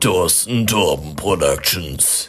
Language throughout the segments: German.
Thorsten Torben Productions.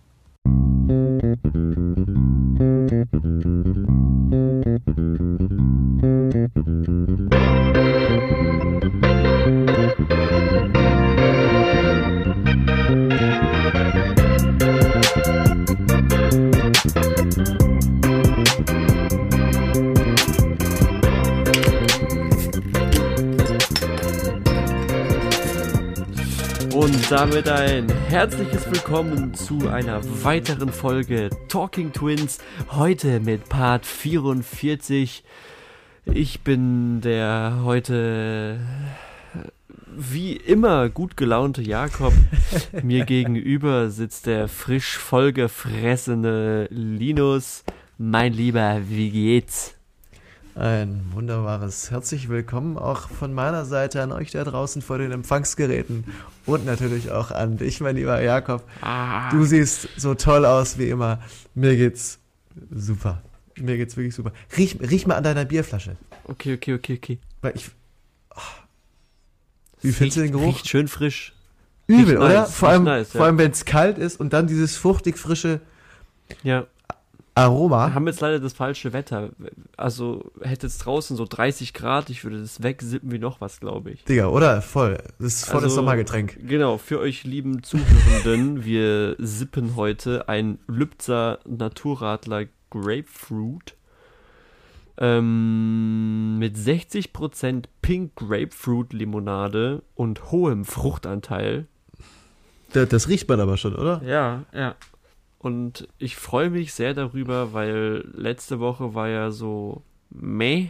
Und damit ein herzliches Willkommen zu einer weiteren Folge Talking Twins, heute mit Part 44. Ich bin der heute wie immer gut gelaunte Jakob. Mir gegenüber sitzt der frisch vollgefressene Linus. Mein Lieber, wie geht's? Ein wunderbares herzlich willkommen auch von meiner Seite an euch da draußen vor den Empfangsgeräten und natürlich auch an dich, mein lieber Jakob. Du siehst so toll aus wie immer. Mir geht's super. Mir geht's wirklich super. Riech mal an deiner Bierflasche. Okay. Weil wie findest du den Geruch? Riecht schön frisch. Übel, Riecht oder? nice, Vor allem nice, wenn es kalt ist und dann dieses fruchtig frische Ja. Aroma. Wir haben jetzt leider das falsche Wetter. Also hätte es draußen so 30 Grad, ich würde das wegsippen wie noch was, glaube ich. Digga, oder? Voll. Das ist voll das Also, Sommergetränk. Genau, für euch lieben Zuhörenden, wir sippen heute ein Lübzer Naturradler Grapefruit mit 60% Pink Grapefruit Limonade und hohem Fruchtanteil. Das riecht man aber schon, oder? Ja. Und ich freue mich sehr darüber, weil letzte Woche war ja so meh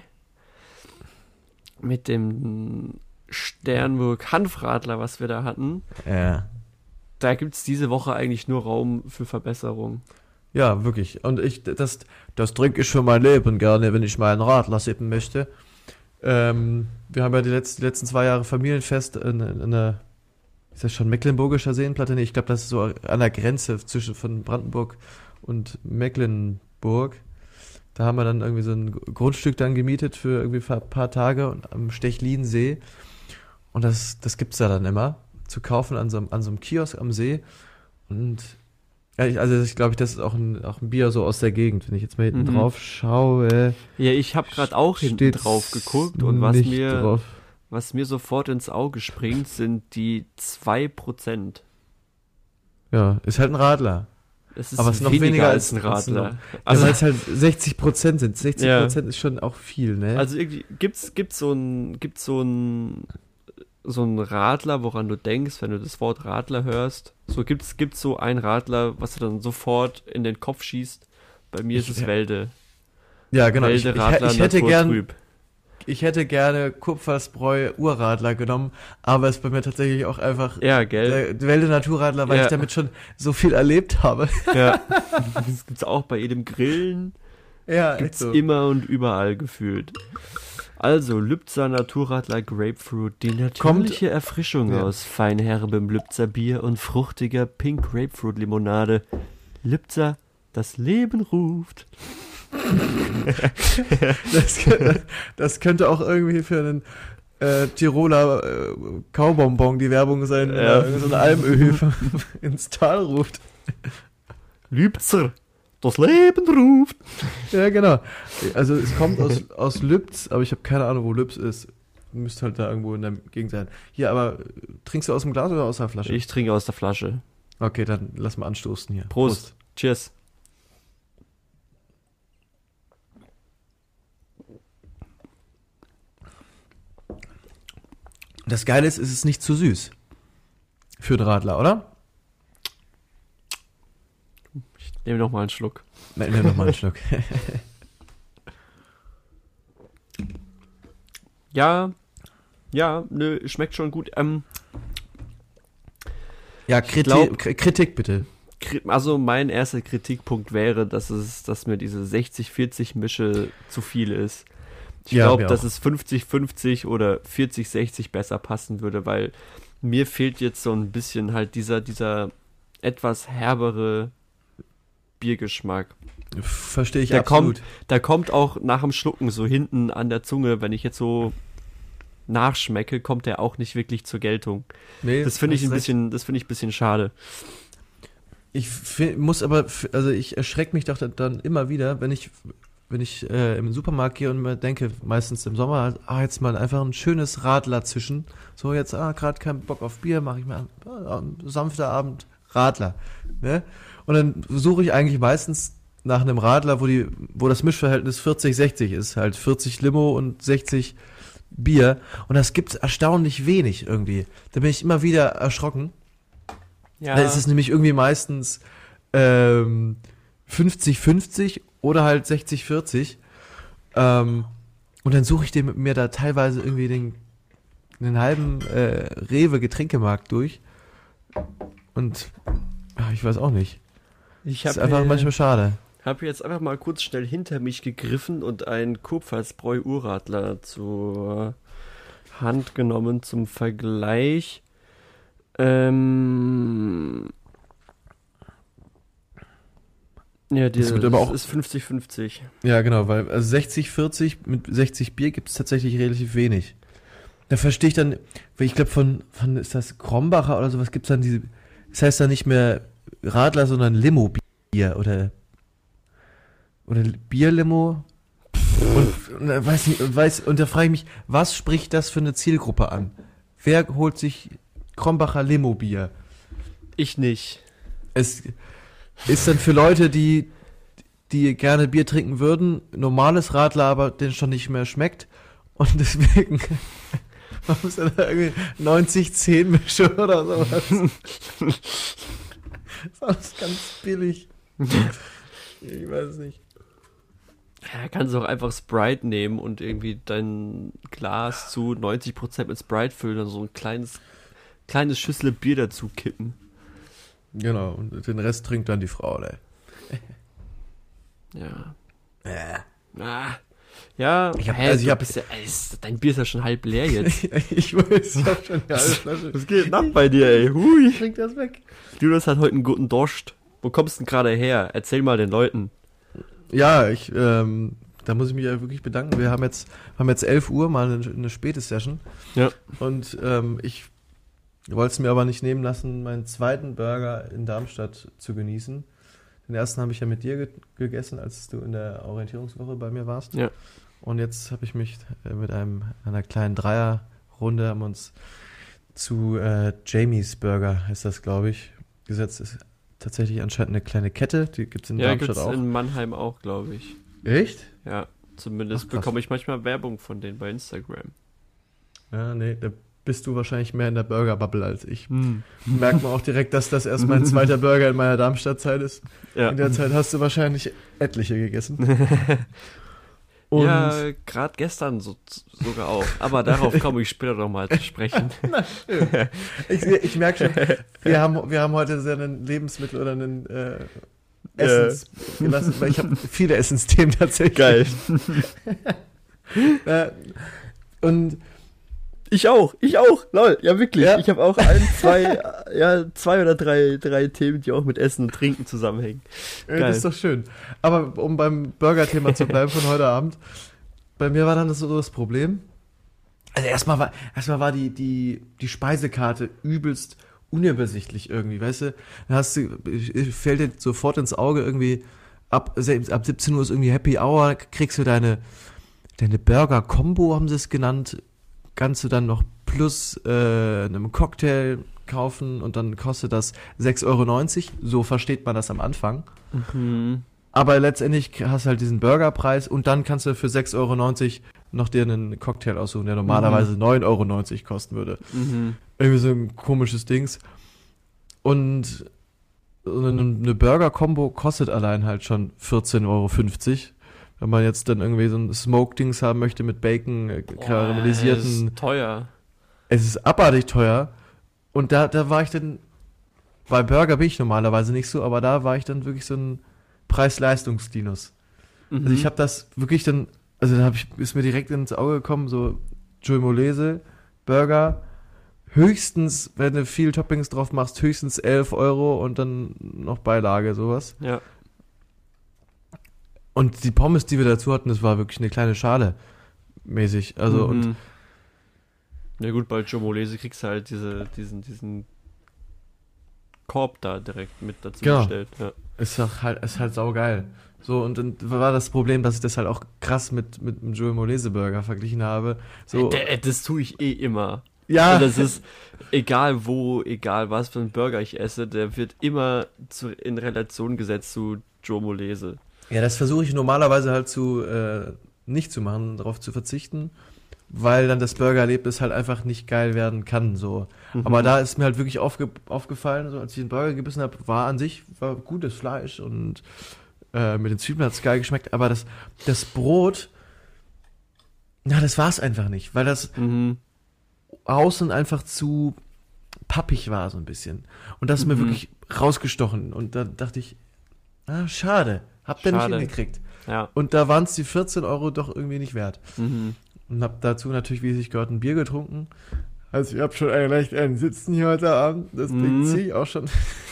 mit dem Sternburg Hanfradler, was wir da hatten. Ja. Da gibt es diese Woche eigentlich nur Raum für Verbesserung. Ja, wirklich. Und das trinke ich für mein Leben gerne, wenn ich mal einen Radler sippen möchte. Wir haben ja die letzten 2 Jahre Familienfest in einer, ist das schon Mecklenburgischer Seenplatte? Nee, ich glaube, das ist so an der Grenze von Brandenburg und Mecklenburg. Da haben wir dann irgendwie so ein Grundstück dann gemietet für irgendwie ein paar Tage am Stechlinsee. Und das gibt's da dann immer zu kaufen an so einem Kiosk am See. Und ich glaube, das ist auch ein Bier so aus der Gegend, wenn ich jetzt mal hinten drauf schaue. Ja, ich habe gerade auch hinten drauf geguckt und was mir sofort ins Auge springt, sind die 2%. Ja, ist halt ein Radler. Es ist aber es ist noch weniger als ein Radler. Also weil es halt 60% sind. 60% ist schon auch viel, ne? Also irgendwie gibt's so ein Radler, woran du denkst, wenn du das Wort Radler hörst. So gibt's so ein Radler, was du dann sofort in den Kopf schießt. Bei mir ist es Welde. Ja, genau. Welde Radler Ich hätte gerne Kupfersbräu Urradler genommen, aber es ist bei mir tatsächlich auch einfach der Welde Naturradler, weil ich damit schon so viel erlebt habe. Ja, das gibt's auch bei jedem Grillen. Ja, gibt's so. Immer und überall gefühlt. Also, Lübzer Naturradler Grapefruit, die natürliche Erfrischung aus feinherbem Lübzer Bier und fruchtiger Pink Grapefruit Limonade. Lübzer, das Leben ruft. Das könnte auch irgendwie für einen Tiroler Kaubonbon die Werbung sein, wenn er so eine Almöhe ins Tal ruft. Lübzer, das Leben ruft. Ja, genau. Also es kommt aus Lübz, aber ich habe keine Ahnung, wo Lübz ist. Müsste halt da irgendwo in der Gegend sein. Hier, aber trinkst du aus dem Glas oder aus der Flasche? Ich trinke aus der Flasche. Okay, dann lass mal anstoßen hier. Prost. Cheers. Das Geile ist, es ist nicht zu süß. Für den Radler, oder? Ich nehme noch mal einen Schluck. Nimm noch mal einen Schluck. Ja, schmeckt schon gut. Ja, Kritik bitte. Also mein erster Kritikpunkt wäre, dass mir diese 60-40 Mische zu viel ist. Ich glaube, dass es 50-50 oder 40-60 besser passen würde, weil mir fehlt jetzt so ein bisschen halt dieser etwas herbere Biergeschmack. Verstehe ich absolut. Da kommt auch nach dem Schlucken so hinten an der Zunge, wenn ich jetzt so nachschmecke, kommt der auch nicht wirklich zur Geltung. Nee, das finde ich ein bisschen schade. Ich erschrecke mich doch dann immer wieder, wenn ich im Supermarkt gehe und mir denke, meistens im Sommer, jetzt mal einfach ein schönes Radler zwischen. So, jetzt, gerade keinen Bock auf Bier, mache ich mal sanfter Abend Radler. Ne? Und dann suche ich eigentlich meistens nach einem Radler, wo das Mischverhältnis 40-60 ist. Halt 40 Limo und 60 Bier. Und das gibt's erstaunlich wenig irgendwie. Da bin ich immer wieder erschrocken. Ja. Da ist es nämlich irgendwie meistens 50-50 oder halt 60-40. Und dann suche ich mir da teilweise irgendwie den halben Rewe-Getränkemarkt durch. Und ich weiß auch nicht. Das ist einfach manchmal schade. Habe jetzt einfach mal kurz schnell hinter mich gegriffen und einen Kurpfalzbräu-Urradler zur Hand genommen zum Vergleich. Ja, das wird aber auch ist 50-50. Ja, genau, weil 60-40 mit 60 Bier gibt es tatsächlich relativ wenig. Da verstehe ich dann, weil ich glaube von ist das Krombacher oder sowas, gibt es dann diese, das heißt dann nicht mehr Radler, sondern Limo-Bier oder Bierlimo. Und da frage ich mich, was spricht das für eine Zielgruppe an? Wer holt sich Krombacher Limo-Bier? Ich nicht. Es ist dann für Leute, die gerne Bier trinken würden, normales Radler, aber den schon nicht mehr schmeckt. Und deswegen man muss dann irgendwie 90-10 mischen oder sowas. Das ist ganz billig. Ich weiß nicht. Ja, kannst du auch einfach Sprite nehmen und irgendwie dein Glas zu 90% mit Sprite füllen und so ein kleines Schüssel Bier dazu kippen. Genau, und den Rest trinkt dann die Frau, ne? Ja. Ja, dein Bier ist ja schon halb leer jetzt. Ich weiß, ich hab schon eine halbe Flasche. Was geht ab bei dir, ey? Hui. Trink das weg. Julius hat heute einen guten Durst. Wo kommst du denn gerade her? Erzähl mal den Leuten. Ja, da muss ich mich ja wirklich bedanken. Wir haben jetzt 11 Uhr, mal eine späte Session. Ja. Und ich wollte es mir aber nicht nehmen lassen, meinen zweiten Burger in Darmstadt zu genießen. Den ersten habe ich ja mit dir gegessen, als du in der Orientierungswoche bei mir warst. Ja. Und jetzt habe ich mich mit einer kleinen Dreierrunde haben uns zu Jamie's Burger, heißt das, glaube ich, gesetzt. Ist tatsächlich anscheinend eine kleine Kette, die gibt es in Darmstadt auch. Ja, in Mannheim auch, glaube ich. Echt? Ja, zumindest bekomme ich manchmal Werbung von denen bei Instagram. Ja, nee, da bist du wahrscheinlich mehr in der Burger-Bubble als ich. Merkt man auch direkt, dass das erst mein zweiter Burger in meiner Darmstadt-Zeit ist. Ja. In der Zeit hast du wahrscheinlich etliche gegessen. Und ja, gerade gestern sogar auch. Aber darauf komme ich später noch mal zu sprechen. Na schön. Ich merke schon, wir haben heute sehr einen Lebensmittel oder einen Essens gelassen, weil ich habe viele Essensthemen tatsächlich. Geil. Und ich auch, lol, ja wirklich. Ja. Ich habe auch zwei oder drei Themen, die auch mit Essen und Trinken zusammenhängen. Geil. Das ist doch schön. Aber um beim Burger-Thema zu bleiben von heute Abend, bei mir war dann das Problem. Also erstmal war die Speisekarte übelst unübersichtlich irgendwie, weißt du? Dann fällt dir sofort ins Auge irgendwie, ab 17 Uhr ist irgendwie Happy Hour, kriegst du deine Burger-Kombo, haben sie es genannt, kannst du dann noch plus einem Cocktail kaufen und dann kostet das 6,90 Euro. So versteht man das am Anfang. Mhm. Aber letztendlich hast du halt diesen Burgerpreis und dann kannst du für 6,90 Euro noch dir einen Cocktail aussuchen, der normalerweise 9,90 Euro kosten würde. Mhm. Irgendwie so ein komisches Dings. Und eine Burger-Kombo kostet allein halt schon 14,50 Euro. Wenn man jetzt dann irgendwie so ein Smoke-Dings haben möchte mit Bacon, karamellisierten. Es ist teuer. Es ist abartig teuer. Und da war ich dann, bei Burger bin ich normalerweise nicht so, aber da war ich dann wirklich so ein Preis-Leistungs-Dinos. Mhm. Also ich habe das wirklich dann, ist mir direkt ins Auge gekommen, so Joey Molese, Burger, höchstens, wenn du viel Toppings drauf machst, höchstens 11 Euro und dann noch Beilage, sowas. Ja. Und die Pommes, die wir dazu hatten, das war wirklich eine kleine Schale mäßig. Also und Na gut, bei Joe Molese kriegst du halt diesen Korb da direkt mit dazu gestellt. Ja. Ist halt saugeil. So, und dann war das Problem, dass ich das halt auch krass mit dem Joe Molese Burger verglichen habe. So. Das tue ich immer. Ja. Und das ist egal wo, egal was für einen Burger ich esse, der wird immer in Relation gesetzt zu Joe Molese. Ja, das versuche ich normalerweise halt nicht zu machen, darauf zu verzichten, weil dann das Burgererlebnis halt einfach nicht geil werden kann. So. Aber da ist mir halt wirklich aufgefallen, so, als ich den Burger gebissen habe, war gutes Fleisch und mit den Zwiebeln hat es geil geschmeckt, aber das Brot, das war es einfach nicht, weil das außen einfach zu pappig war so ein bisschen. Und das ist mir wirklich rausgestochen. Und da dachte ich, schade, habt ihr nicht hingekriegt. Ja. Und da waren es die 14 Euro doch irgendwie nicht wert. Und hab dazu natürlich, wie sich gehört, ein Bier getrunken. Also ich habe schon leicht einen Sitzen hier heute Abend. Das Ding ziehe ich auch schon.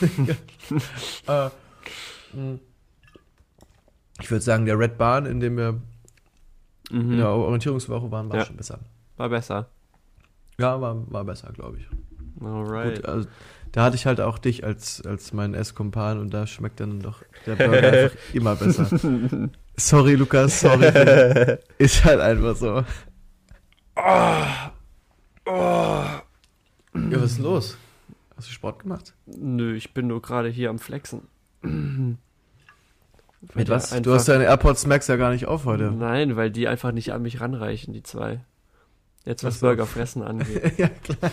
Ich würde sagen, der Red Barn, in dem wir in der Orientierungswoche waren, war schon besser. War besser. Ja, war besser, glaube ich. Alright. Gut, also, da hatte ich halt auch dich als meinen Esskumpan und da schmeckt dann doch der Burger einfach immer besser. Sorry, Lukas, sorry. Ist halt einfach so. Ja, was ist denn los? Hast du Sport gemacht? Nö, ich bin nur gerade hier am Flexen. Mit was? Du hast deine AirPods Max ja gar nicht auf heute. Nein, weil die einfach nicht an mich ranreichen, die zwei. Jetzt was Burgerfressen angeht. Ja, klar.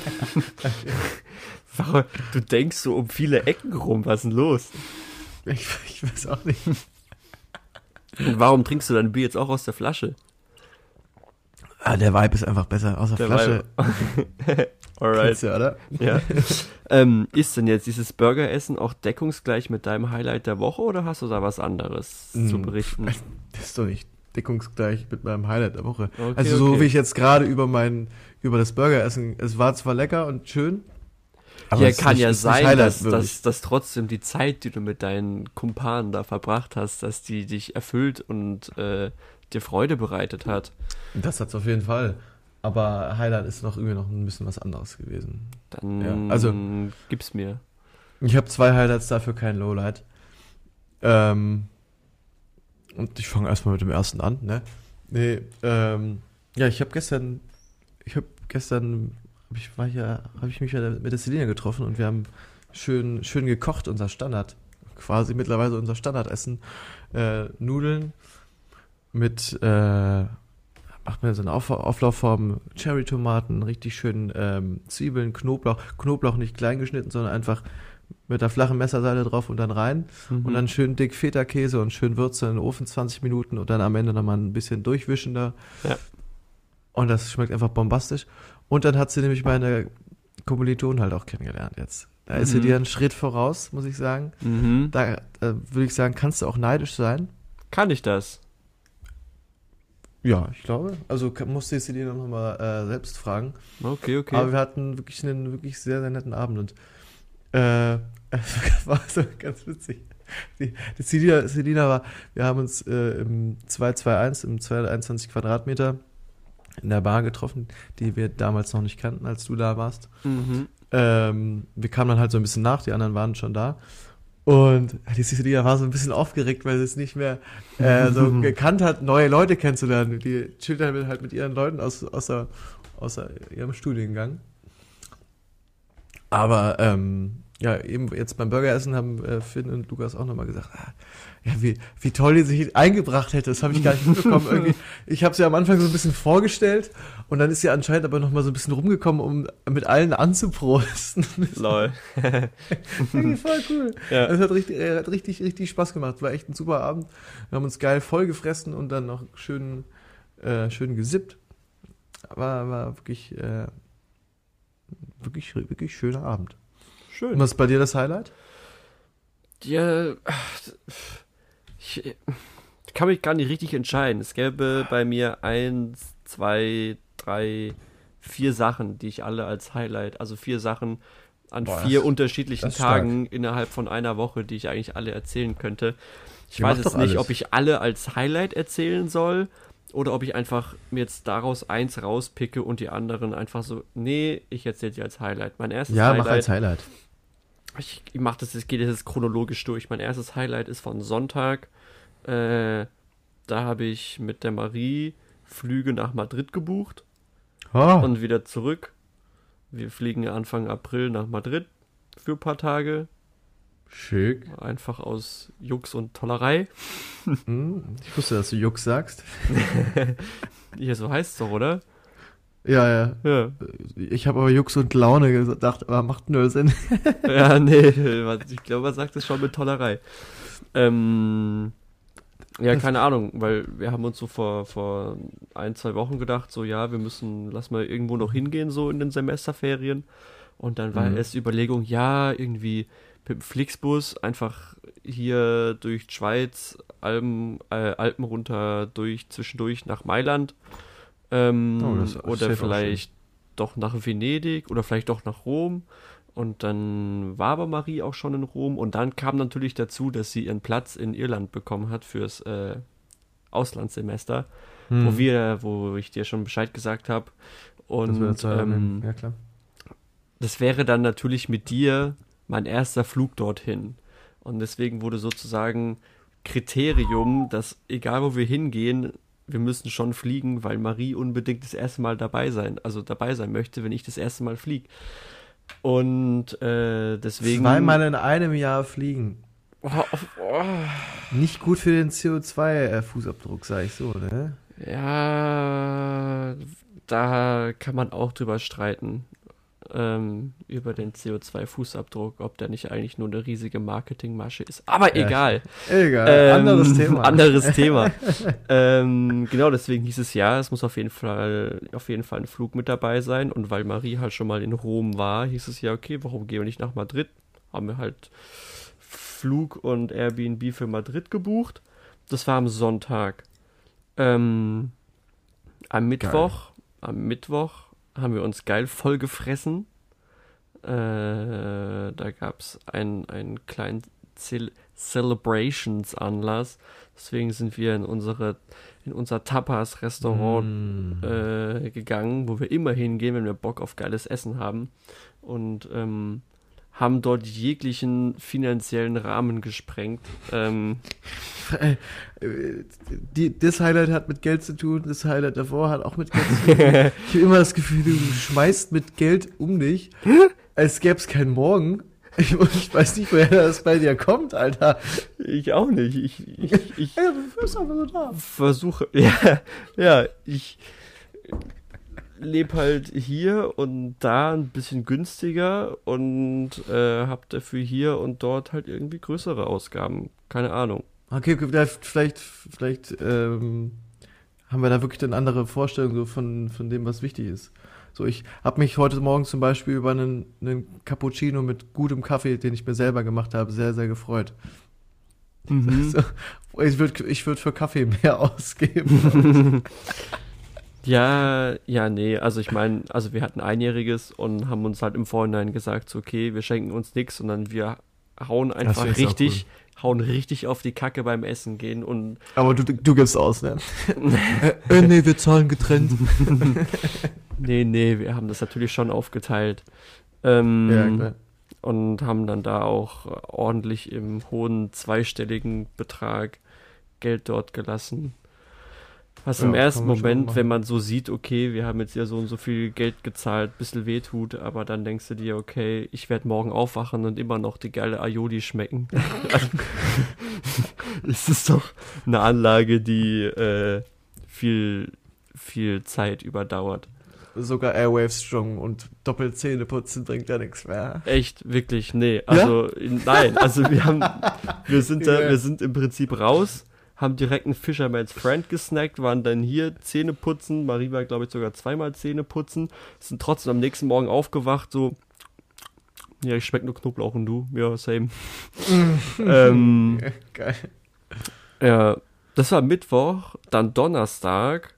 Du denkst so um viele Ecken rum, was ist denn los? Ich weiß auch nicht. Und warum trinkst du dein Bier jetzt auch aus der Flasche? Der Vibe ist einfach besser, aus der Flasche. Alright. Du, oder? Ja. Ist denn jetzt dieses Burgeressen auch deckungsgleich mit deinem Highlight der Woche oder hast du da was anderes zu berichten? Das ist doch nicht deckungsgleich mit meinem Highlight der Woche. Okay, also so wie ich jetzt gerade über das Burgeressen, es war zwar lecker und schön, aber ja, kann ja sein, dass trotzdem die Zeit, die du mit deinen Kumpanen da verbracht hast, dass die dich erfüllt und dir Freude bereitet hat. Das hat's auf jeden Fall. Aber Highlight ist irgendwie noch ein bisschen was anderes gewesen. Dann gib's mir. Ich habe 2 Highlights, dafür kein Lowlight. Und ich fange erstmal mit dem ersten an, ne? Ja, habe ich mich mit der Selina getroffen und wir haben schön gekocht, unser Standard, quasi mittlerweile unser Standardessen. Nudeln mit, macht man so eine Auflaufform, Cherry-Tomaten, richtig schön Zwiebeln, Knoblauch nicht klein geschnitten, sondern einfach mit der flachen Messerseite drauf und dann rein. Und dann schön dick Feta-Käse und schön Würze in den Ofen 20 Minuten und dann am Ende nochmal ein bisschen durchwischender. Ja. Und das schmeckt einfach bombastisch. Und dann hat sie nämlich meine Kommilitonen halt auch kennengelernt jetzt. Da ist sie dir einen Schritt voraus, muss ich sagen. Da würde ich sagen, kannst du auch neidisch sein. Kann ich das? Ja, ich glaube. Also musste ich sie dir noch mal selbst fragen. Okay. Aber wir hatten wirklich einen wirklich sehr, sehr netten Abend und war so ganz witzig. Die Selina war, wir haben uns im 221, im 221 Quadratmeter in der Bar getroffen, die wir damals noch nicht kannten, als du da warst. Wir kamen dann halt so ein bisschen nach, die anderen waren schon da. Und die Selina war so ein bisschen aufgeregt, weil sie es nicht mehr so gekannt hat, neue Leute kennenzulernen. Die chillt dann halt mit ihren Leuten außer ihrem Studiengang. Aber ja, eben jetzt beim Burgeressen haben Finn und Lukas auch nochmal gesagt, ja, wie toll die sich eingebracht hätte, das habe ich gar nicht mitbekommen. Irgendwie, ich habe sie am Anfang so ein bisschen vorgestellt und dann ist sie anscheinend aber nochmal so ein bisschen rumgekommen, um mit allen anzuprosten. Lol. Irgendwie voll cool. Ja. Das hat richtig Spaß gemacht, war echt ein super Abend. Wir haben uns geil voll gefressen und dann noch schön gesippt. War wirklich schöner Abend. Schön. Und was ist bei dir das Highlight? Ja, ich kann mich gar nicht richtig entscheiden. Es gäbe bei mir 1, 2, 3, 4 Sachen, die ich alle als Highlight, also 4 Sachen an 4 unterschiedlichen Tagen innerhalb von einer Woche, die ich eigentlich alle erzählen könnte. Ich weiß jetzt nicht, ob ich alle als Highlight erzählen soll oder ob ich einfach mir jetzt daraus eins rauspicke und die anderen einfach so, nee, ich erzähle dir als Highlight. Mein erstes Highlight. Ja, mach als Highlight. Ich mache das, ich gehe das jetzt chronologisch durch. Mein erstes Highlight ist von Sonntag. Da habe ich mit der Marie Flüge nach Madrid gebucht und wieder zurück. Wir fliegen Anfang April nach Madrid für ein paar Tage. Schick. Einfach aus Jux und Tollerei. Ich wusste, dass du Jux sagst. Ja, so heißt es doch, oder? Ja. Ich habe aber Jux und Laune gedacht, aber macht null Sinn. Ja, nee, ich glaube, man sagt es schon mit Tollerei. Ja, keine Ahnung, weil wir haben uns so vor 1-2 Wochen gedacht, so ja, lass mal irgendwo noch hingehen, so in den Semesterferien. Und dann war erst die Überlegung, ja, irgendwie mit dem Flixbus einfach hier durch die Schweiz, Alpen runter, zwischendurch nach Mailand. Oder vielleicht doch nach Venedig oder vielleicht doch nach Rom. Und dann war aber Marie auch schon in Rom. Und dann kam natürlich dazu, dass sie ihren Platz in Irland bekommen hat fürs Auslandssemester, wo ich dir schon Bescheid gesagt habe. Und ja, klar. Das wäre dann natürlich mit dir mein erster Flug dorthin. Und deswegen wurde sozusagen Kriterium, dass egal wo wir hingehen, wir müssen schon fliegen, weil Marie unbedingt das erste Mal dabei sein möchte, wenn ich das erste Mal fliege. Und deswegen... 2-mal in einem Jahr fliegen. Nicht gut für den CO2-Fußabdruck, sag ich so, ne? Ja, da kann man auch drüber streiten. Über den CO2-Fußabdruck, ob der nicht eigentlich nur eine riesige Marketingmasche ist. Aber egal. Egal, anderes Thema. Anderes Thema. Genau, deswegen hieß es ja, es muss auf jeden Fall ein Flug mit dabei sein. Und weil Marie halt schon mal in Rom war, hieß es ja, okay, warum gehen wir nicht nach Madrid? Haben wir halt Flug und Airbnb für Madrid gebucht. Das war am Sonntag. Am Mittwoch haben wir uns geil voll gefressen. Da gab es einen kleinen Celebrations-Anlass. Deswegen sind wir in unser Tapas-Restaurant gegangen, wo wir immer hingehen, wenn wir Bock auf geiles Essen haben. Und haben dort jeglichen finanziellen Rahmen gesprengt. Das Highlight hat mit Geld zu tun, das Highlight davor hat auch mit Geld zu tun. Ich habe immer das Gefühl, du schmeißt mit Geld um dich, als gäbe es keinen Morgen. Ich weiß nicht, woher das bei dir kommt, Alter. Ich auch nicht. Ich du bist einfach so da. Versuche, ich lebe halt hier und da ein bisschen günstiger und habe dafür hier und dort halt irgendwie größere Ausgaben. Keine Ahnung. Okay, vielleicht haben wir da wirklich eine andere Vorstellung so von dem, was wichtig ist. So, ich habe mich heute Morgen zum Beispiel über einen Cappuccino mit gutem Kaffee, den ich mir selber gemacht habe, sehr, sehr gefreut. So, ich würd für Kaffee mehr ausgeben. Ja, nee, also ich meine, wir hatten Einjähriges und haben uns halt im Vorhinein gesagt, so, okay, wir schenken uns nichts, sondern wir hauen einfach richtig auf die Kacke beim Essen gehen und... Aber du gibst aus, ne? Nee, wir zahlen getrennt. Nee, wir haben das natürlich schon aufgeteilt. Ja, klar. Und haben dann da auch ordentlich im hohen zweistelligen Betrag Geld dort gelassen. Was im ersten Moment, wenn man so sieht, okay, wir haben jetzt ja so und so viel Geld gezahlt, ein bisschen wehtut, aber dann denkst du dir, okay, ich werde morgen aufwachen und immer noch die geile Aioli schmecken. Es ist doch eine Anlage, die viel, viel Zeit überdauert. Sogar Airwaves Strong und Doppelzähne putzen bringt ja nichts mehr. Echt, wirklich, nee. Also, nein, also wir sind im Prinzip raus, haben direkt einen Fisherman's Friend gesnackt, waren dann hier Zähne putzen, Marie war, glaube ich, sogar 2-mal Zähne putzen, sind trotzdem am nächsten Morgen aufgewacht, so, ja, ich schmeck nur Knoblauch und du, ja, same. Geil. Ja, das war Mittwoch, dann Donnerstag,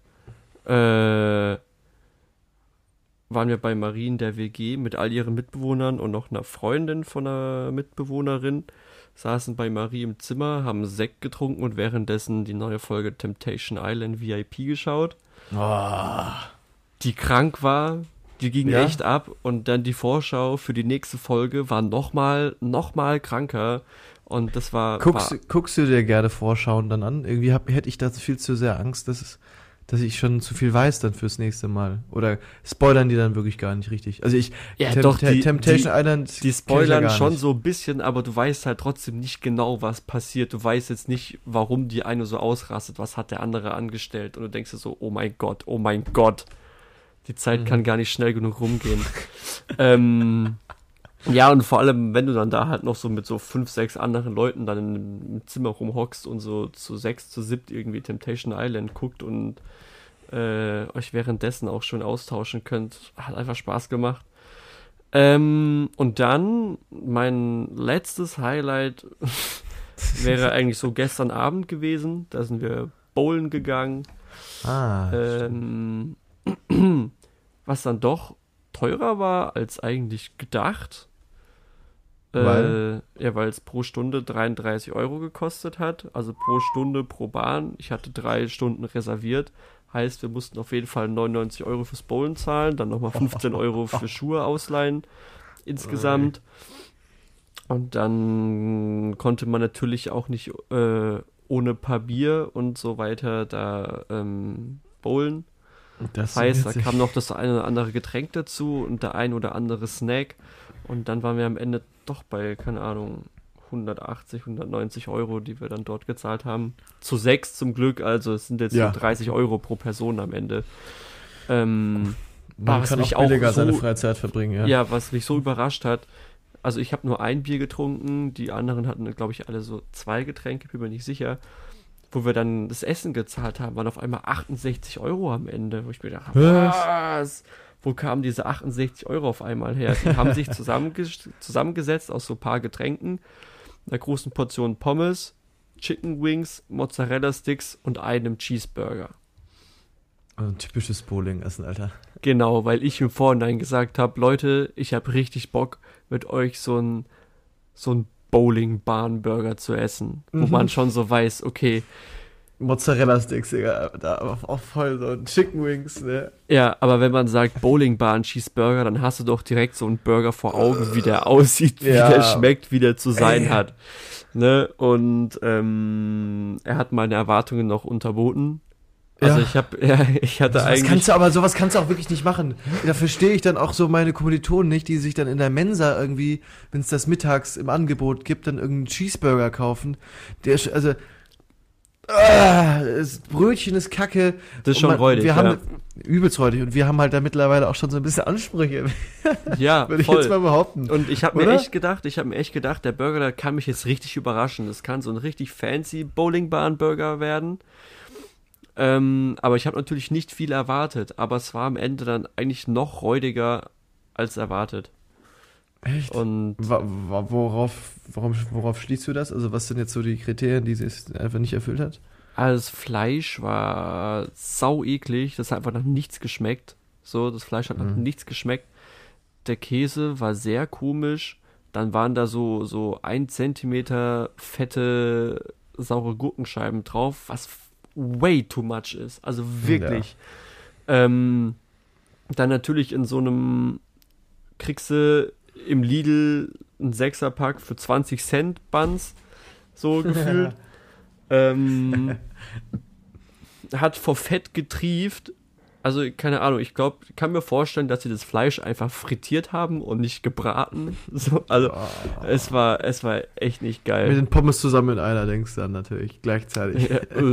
waren wir bei Marie in der WG mit all ihren Mitbewohnern und noch einer Freundin von einer Mitbewohnerin. saßen bei Marie im Zimmer, haben Sekt getrunken und währenddessen die neue Folge Temptation Island VIP geschaut. Oh. Die krank war, die ging echt ab und dann die Vorschau für die nächste Folge war noch mal kranker und das war... Guckst du dir gerne Vorschauen dann an? Irgendwie hätte ich da viel zu sehr Angst, dass ich schon zu viel weiß dann fürs nächste Mal. Oder spoilern die dann wirklich gar nicht richtig? Also Temptation Island... Die spoilern schon so ein bisschen, aber du weißt halt trotzdem nicht genau, was passiert. Du weißt jetzt nicht, warum die eine so ausrastet, was hat der andere angestellt. Und du denkst dir so, oh mein Gott. Die Zeit kann gar nicht schnell genug rumgehen. Ja, und vor allem, wenn du dann da halt noch so mit so 5, 6 anderen Leuten dann im Zimmer rumhockst und so zu 6, zu 7 irgendwie Temptation Island guckt und euch währenddessen auch schon austauschen könnt, hat einfach Spaß gemacht. Und dann mein letztes Highlight wäre eigentlich so gestern Abend gewesen. Da sind wir bowlen gegangen. Was dann doch teurer war als eigentlich gedacht. Weil es pro Stunde 33 € gekostet hat. Also pro Stunde pro Bahn. Ich hatte 3 Stunden reserviert. Heißt, wir mussten auf jeden Fall 99 € fürs Bowlen zahlen. Dann nochmal 15 € für Schuhe ausleihen. Insgesamt. Und dann konnte man natürlich auch nicht ohne paar Bier und so weiter da bowlen. Das heißt, da kam noch das eine oder andere Getränk dazu und der ein oder andere Snack. Und dann waren wir am Ende doch bei, keine Ahnung, 180, 190 €, die wir dann dort gezahlt haben. Zu 6 zum Glück, also es sind jetzt so 30 € pro Person am Ende. Man kann auch billiger seine Freizeit verbringen, Ja, was mich so überrascht hat, also ich habe nur ein Bier getrunken, die anderen hatten, glaube ich, alle so 2 Getränke, bin mir nicht sicher. Wo wir dann das Essen gezahlt haben, waren auf einmal 68 € am Ende, wo ich mir dachte, was? Wo kamen diese 68 € auf einmal her? Die haben sich zusammengesetzt aus so ein paar Getränken, einer großen Portion Pommes, Chicken Wings, Mozzarella Sticks und einem Cheeseburger. Ein typisches Bowling-Essen, Alter. Genau, weil ich im Vorhinein gesagt habe, Leute, ich habe richtig Bock, mit euch so ein Bowling-Bahn-Burger zu essen, wo man schon so weiß, okay. Mozzarella-Sticks, Digga, da auch voll so Chicken Wings, ne? Ja, aber wenn man sagt Bowling-Bahn-Cheeseburger, dann hast du doch direkt so einen Burger vor Augen, wie der aussieht, wie der schmeckt, wie der zu sein hat. Ne? Und er hat meine Erwartungen noch unterboten. Also ich hatte eigentlich... Sowas kannst du auch wirklich nicht machen. Da verstehe ich dann auch so meine Kommilitonen nicht, die sich dann in der Mensa irgendwie, wenn es das mittags im Angebot gibt, dann irgendeinen Cheeseburger kaufen. Das Brötchen ist kacke. Das ist schon räudig, wir haben übelst räudig und wir haben halt da mittlerweile auch schon so ein bisschen Ansprüche. Ja, würde ich jetzt mal behaupten. Und ich habe mir echt gedacht, der Burger, der kann mich jetzt richtig überraschen. Das kann so ein richtig fancy Bowlingbahn-Burger werden. Aber ich habe natürlich nicht viel erwartet, aber es war am Ende dann eigentlich noch räudiger als erwartet. Echt? Und worauf schließt du das? Also was sind jetzt so die Kriterien, die es einfach nicht erfüllt hat? Also das Fleisch war sau eklig, das hat einfach nach nichts geschmeckt. So, das Fleisch hat nach nichts geschmeckt. Der Käse war sehr komisch. Dann waren da so 1 Zentimeter fette, saure Gurkenscheiben drauf, was way too much ist. Also wirklich. Ja. Dann natürlich in so einem kriegst du im Lidl ein 6er-Pack für 20 Cent Buns, so gefühlt. Hat vor Fett getrieft. Also, keine Ahnung, ich kann mir vorstellen, dass sie das Fleisch einfach frittiert haben und nicht gebraten. So, also, es war echt nicht geil. Mit den Pommes zusammen in einer, denkst du dann natürlich, gleichzeitig.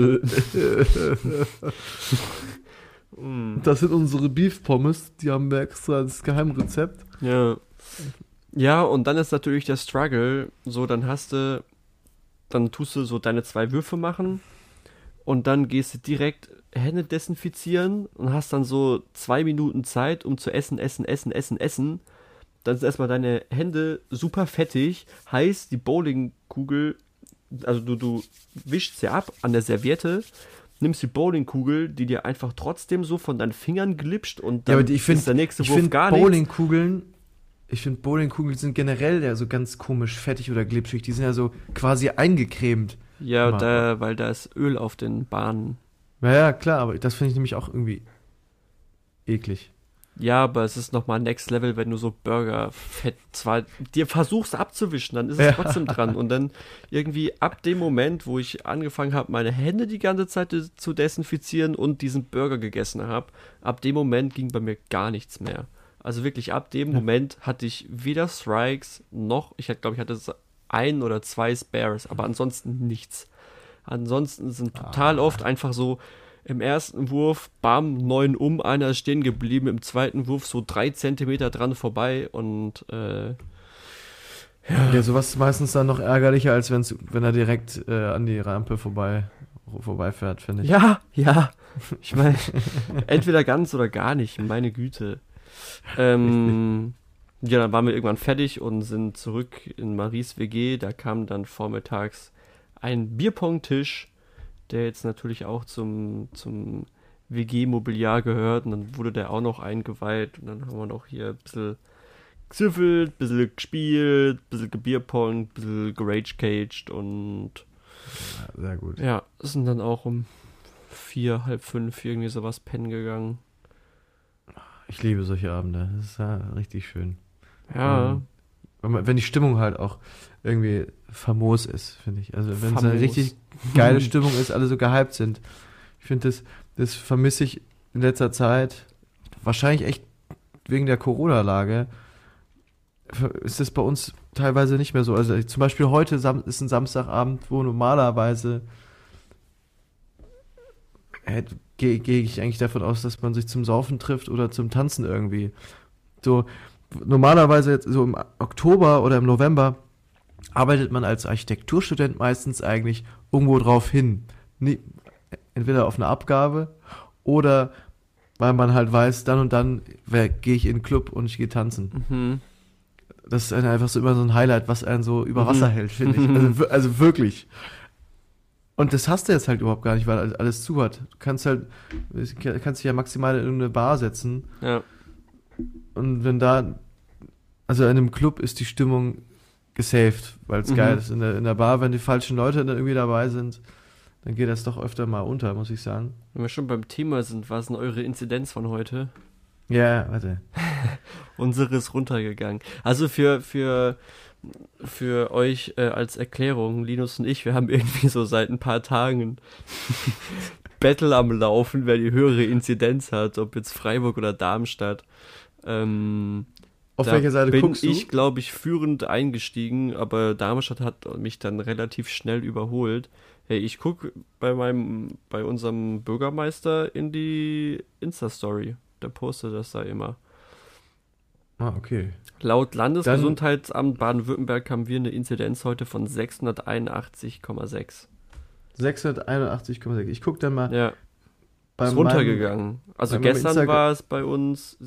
Das sind unsere Beef-Pommes, die haben wir extra als Geheimrezept. Ja. Ja, und dann ist natürlich der Struggle, so, dann tust du so deine 2 Würfe machen und dann gehst du direkt Hände desinfizieren und hast dann so 2 Minuten Zeit, um zu essen. Dann sind erstmal deine Hände super fettig, heißt die Bowlingkugel, also du wischst sie ab an der Serviette, nimmst die Bowlingkugel, die dir einfach trotzdem so von deinen Fingern glitscht und dann ist der nächste Wurf gar nichts. Bowlingkugeln Ich finde, Bowlingkugeln sind generell ja so ganz komisch fettig oder glitschig. Die sind ja so quasi eingecremt. Ja, weil da ist Öl auf den Bahnen. Ja, klar, aber das finde ich nämlich auch irgendwie eklig. Ja, aber es ist nochmal Next Level, wenn du so Burgerfett zwar dir versuchst abzuwischen, dann ist es trotzdem dran. Und dann irgendwie ab dem Moment, wo ich angefangen habe, meine Hände die ganze Zeit zu desinfizieren und diesen Burger gegessen habe, ab dem Moment ging bei mir gar nichts mehr. Also wirklich ab dem Moment hatte ich weder Strikes noch, ich hatte 1 oder 2 Spares, aber ansonsten nichts. Ansonsten sind total oft einfach so im ersten Wurf, bam, 9 einer ist stehen geblieben, im zweiten Wurf so 3 Zentimeter dran vorbei und ja, sowas ist meistens dann noch ärgerlicher, als wenn er direkt an die Rampe vorbeifährt, finde ich. Ja, ich meine, entweder ganz oder gar nicht, meine Güte. Ja, dann waren wir irgendwann fertig und sind zurück in Maries WG, da kam dann vormittags ein Bierpong-Tisch, der jetzt natürlich auch zum WG-Mobiliar gehört und dann wurde der auch noch eingeweiht und dann haben wir noch hier ein bisschen gesüffelt, ein bisschen gespielt, ein bisschen gebierpongt, ein bisschen geragecaged und ja, sehr gut. Ja, sind dann auch um 4, halb 5 irgendwie sowas pennen gegangen. Ich liebe solche Abende, das ist ja richtig schön. Ja. Wenn die Stimmung halt auch irgendwie famos ist, finde ich. Also wenn es eine richtig geile Stimmung ist, alle so gehypt sind. Ich finde, das vermisse ich in letzter Zeit. Wahrscheinlich echt wegen der Corona-Lage ist das bei uns teilweise nicht mehr so. Also zum Beispiel heute ist ein Samstagabend, wo normalerweise gehe ich eigentlich davon aus, dass man sich zum Saufen trifft oder zum Tanzen irgendwie. So normalerweise jetzt so im Oktober oder im November arbeitet man als Architekturstudent meistens eigentlich irgendwo drauf hin. Entweder auf eine Abgabe oder weil man halt weiß, dann und dann gehe ich in den Club und ich gehe tanzen. Mhm. Das ist einfach so immer so ein Highlight, was einen so über Wasser hält, finde ich. Also wirklich. Und das hast du jetzt halt überhaupt gar nicht, weil alles zu hat. Du kannst dich ja maximal in eine Bar setzen. Ja. Und wenn also in einem Club ist die Stimmung gesaved, weil es geil ist. In der Bar, wenn die falschen Leute dann irgendwie dabei sind, dann geht das doch öfter mal unter, muss ich sagen. Wenn wir schon beim Thema sind, was ist denn eure Inzidenz von heute? Ja, warte. Unsere ist runtergegangen. Also für euch als Erklärung, Linus und ich, wir haben irgendwie so seit ein paar Tagen Battle am Laufen, wer die höhere Inzidenz hat, ob jetzt Freiburg oder Darmstadt. Auf welcher Seite guckst du? Bin ich, glaube ich, führend eingestiegen, aber Darmstadt hat mich dann relativ schnell überholt. Hey, ich gucke bei unserem Bürgermeister in die Insta-Story. Der postet das da immer. Ah, okay. Laut Landesgesundheitsamt Baden-Württemberg haben wir eine Inzidenz heute von 681,6. 681,6. Ich gucke dann mal. Ja. Ist runtergegangen. Also gestern war es bei uns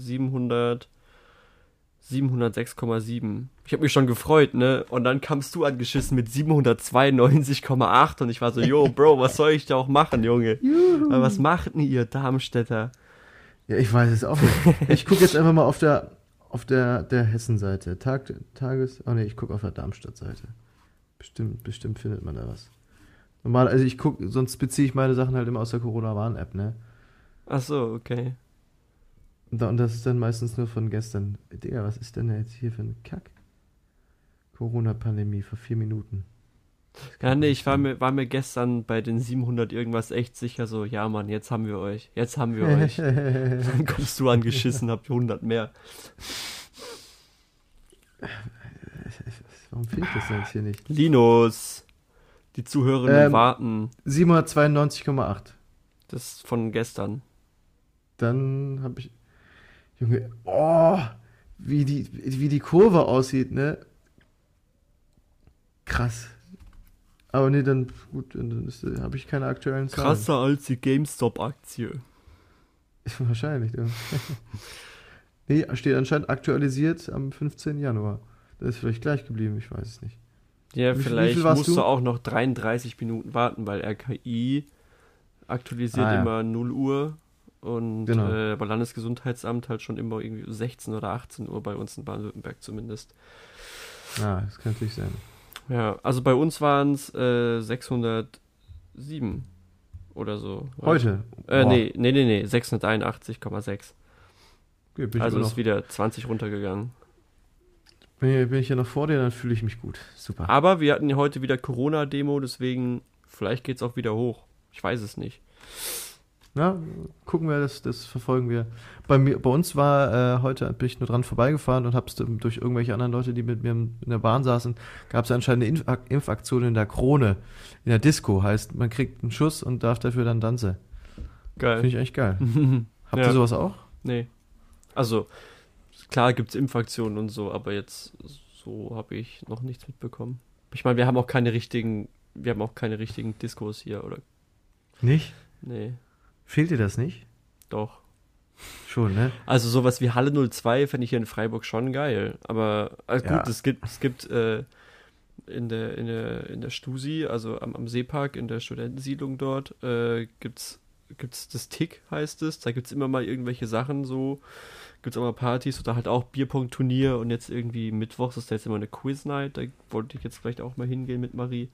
706,7. Ich habe mich schon gefreut, ne? Und dann kamst du angeschissen mit 792,8 und ich war so, yo, Bro, was soll ich da auch machen, Junge? Aber was macht denn ihr Darmstädter? Ja, ich weiß es auch nicht. Ich gucke jetzt einfach mal auf der Hessen-Seite. Ich gucke auf der Darmstadt-Seite. Bestimmt findet man da was. Normal, also sonst beziehe ich meine Sachen halt immer aus der Corona-Warn-App, ne? Ach so, okay. Und das ist dann meistens nur von gestern. Digga, was ist denn jetzt hier für ein Kack? Corona-Pandemie vor 4 Minuten. Ja, nee, ich war mir gestern bei den 700 irgendwas echt sicher so, ja Mann, jetzt haben wir euch. Dann kommst du angeschissen, habt 100 mehr. Warum fehlt das denn jetzt hier nicht? Linus, die Zuhörenden warten. 792,8. Das ist von gestern. Dann habe ich... Junge, wie die Kurve aussieht, ne? Krass. Aber nee, dann habe ich keine aktuellen Zahlen. Krasser als die GameStop-Aktie. Wahrscheinlich, ja. Nee, steht anscheinend aktualisiert am 15. Januar. Das ist vielleicht gleich geblieben, ich weiß es nicht. Ja, vielleicht musst du auch noch 33 Minuten warten, weil RKI aktualisiert immer 0 Uhr Und Genau. beim Landesgesundheitsamt halt schon immer irgendwie 16 oder 18 Uhr bei uns in Baden-Württemberg zumindest. Ja, das kann natürlich sein. Ja, also bei uns waren es 607 oder so. Heute? Nee, 681,6. Okay, bin Also ich ist wieder 20 runtergegangen. Bin ich ja noch vor dir, dann fühle ich mich gut. Super. Aber wir hatten ja heute wieder Corona-Demo, deswegen vielleicht geht es auch wieder hoch. Ich weiß es nicht. Na, gucken wir, das verfolgen wir. Bei uns war heute, bin ich nur dran vorbeigefahren und hab's durch irgendwelche anderen Leute, die mit mir in der Bahn saßen, gab es anscheinend eine Impfaktion in der Krone, in der Disco. Heißt, man kriegt einen Schuss und darf dafür dann tanzen. Geil. Finde ich eigentlich geil. Habt ihr sowas auch? Nee. Also, klar gibt es Impfaktionen und so, aber jetzt so habe ich noch nichts mitbekommen. Ich meine, wir haben auch keine richtigen Diskos hier, oder? Nicht? Nee. Fehlt dir das nicht? Doch. Schon, ne? Also sowas wie Halle 02 fände ich hier in Freiburg schon geil. Aber gut, es gibt in der Stusi, also am Seepark, in der Studentensiedlung dort, gibt's das Tick, heißt es. Da gibt's immer mal irgendwelche Sachen so. Gibt's auch mal Partys oder halt auch Bierpong-Turnier und jetzt irgendwie mittwochs ist da jetzt immer eine Quiz-Night. Da wollte ich jetzt vielleicht auch mal hingehen mit Marie.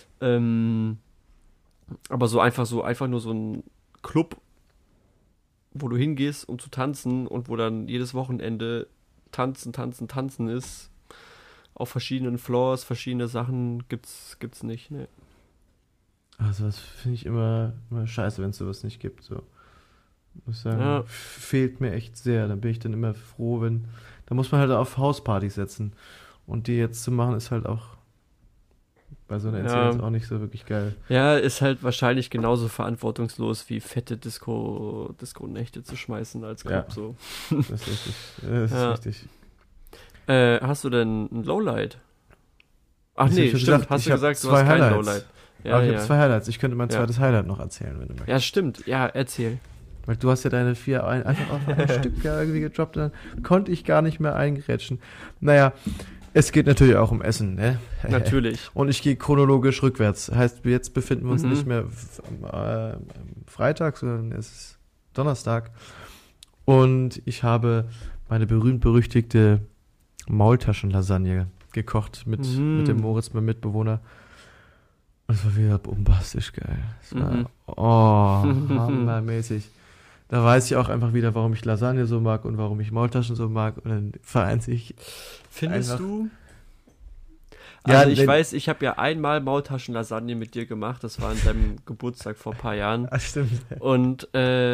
Aber einfach nur so ein Club, wo du hingehst, um zu tanzen und wo dann jedes Wochenende tanzen ist. Auf verschiedenen Floors, verschiedene Sachen gibt's nicht, ne. Also das finde ich immer scheiße, wenn es sowas nicht gibt. So. Muss ich sagen, Ja. fehlt mir echt sehr. Da bin ich dann immer froh, da muss man halt auf Hauspartys setzen. Und die jetzt zu machen, ist halt auch bei so einer Inzidenz auch nicht so wirklich geil. Ja, ist halt wahrscheinlich genauso verantwortungslos wie fette Disco-Nächte zu schmeißen als Club, Ja. so. Das ist richtig. Das ist richtig. Hast du denn ein Lowlight? Ach Das hab nee, ich ja stimmt, gesagt, hast du ich hab gesagt, du zwei hast kein Highlights. Lowlight. Aber ich habe 2 Highlights. Ich könnte mein zweites Highlight noch erzählen, wenn du möchtest. Ja, stimmt. Ja, erzähl. Weil du hast ja deine 4 einfach auf ein Stück irgendwie gedroppt, dann konnte ich gar nicht mehr eingrätschen. Naja, es geht natürlich auch um Essen, ne? Natürlich. Und ich gehe chronologisch rückwärts. Heißt, jetzt befinden wir uns nicht mehr am Freitag, sondern es ist Donnerstag. Und ich habe meine berühmt-berüchtigte Maultaschenlasagne gekocht mit dem Moritz, meinem Mitbewohner. Und es war wieder bombastisch geil. Es war, hammermäßig. Da weiß ich auch einfach wieder, warum ich Lasagne so mag und warum ich Maultaschen so mag. Und dann vereint sich. Findest du? Ja, Also ich weiß, ich habe ja einmal Maultaschenlasagne mit dir gemacht. Das war an deinem Geburtstag vor ein paar Jahren. Ach, stimmt. Und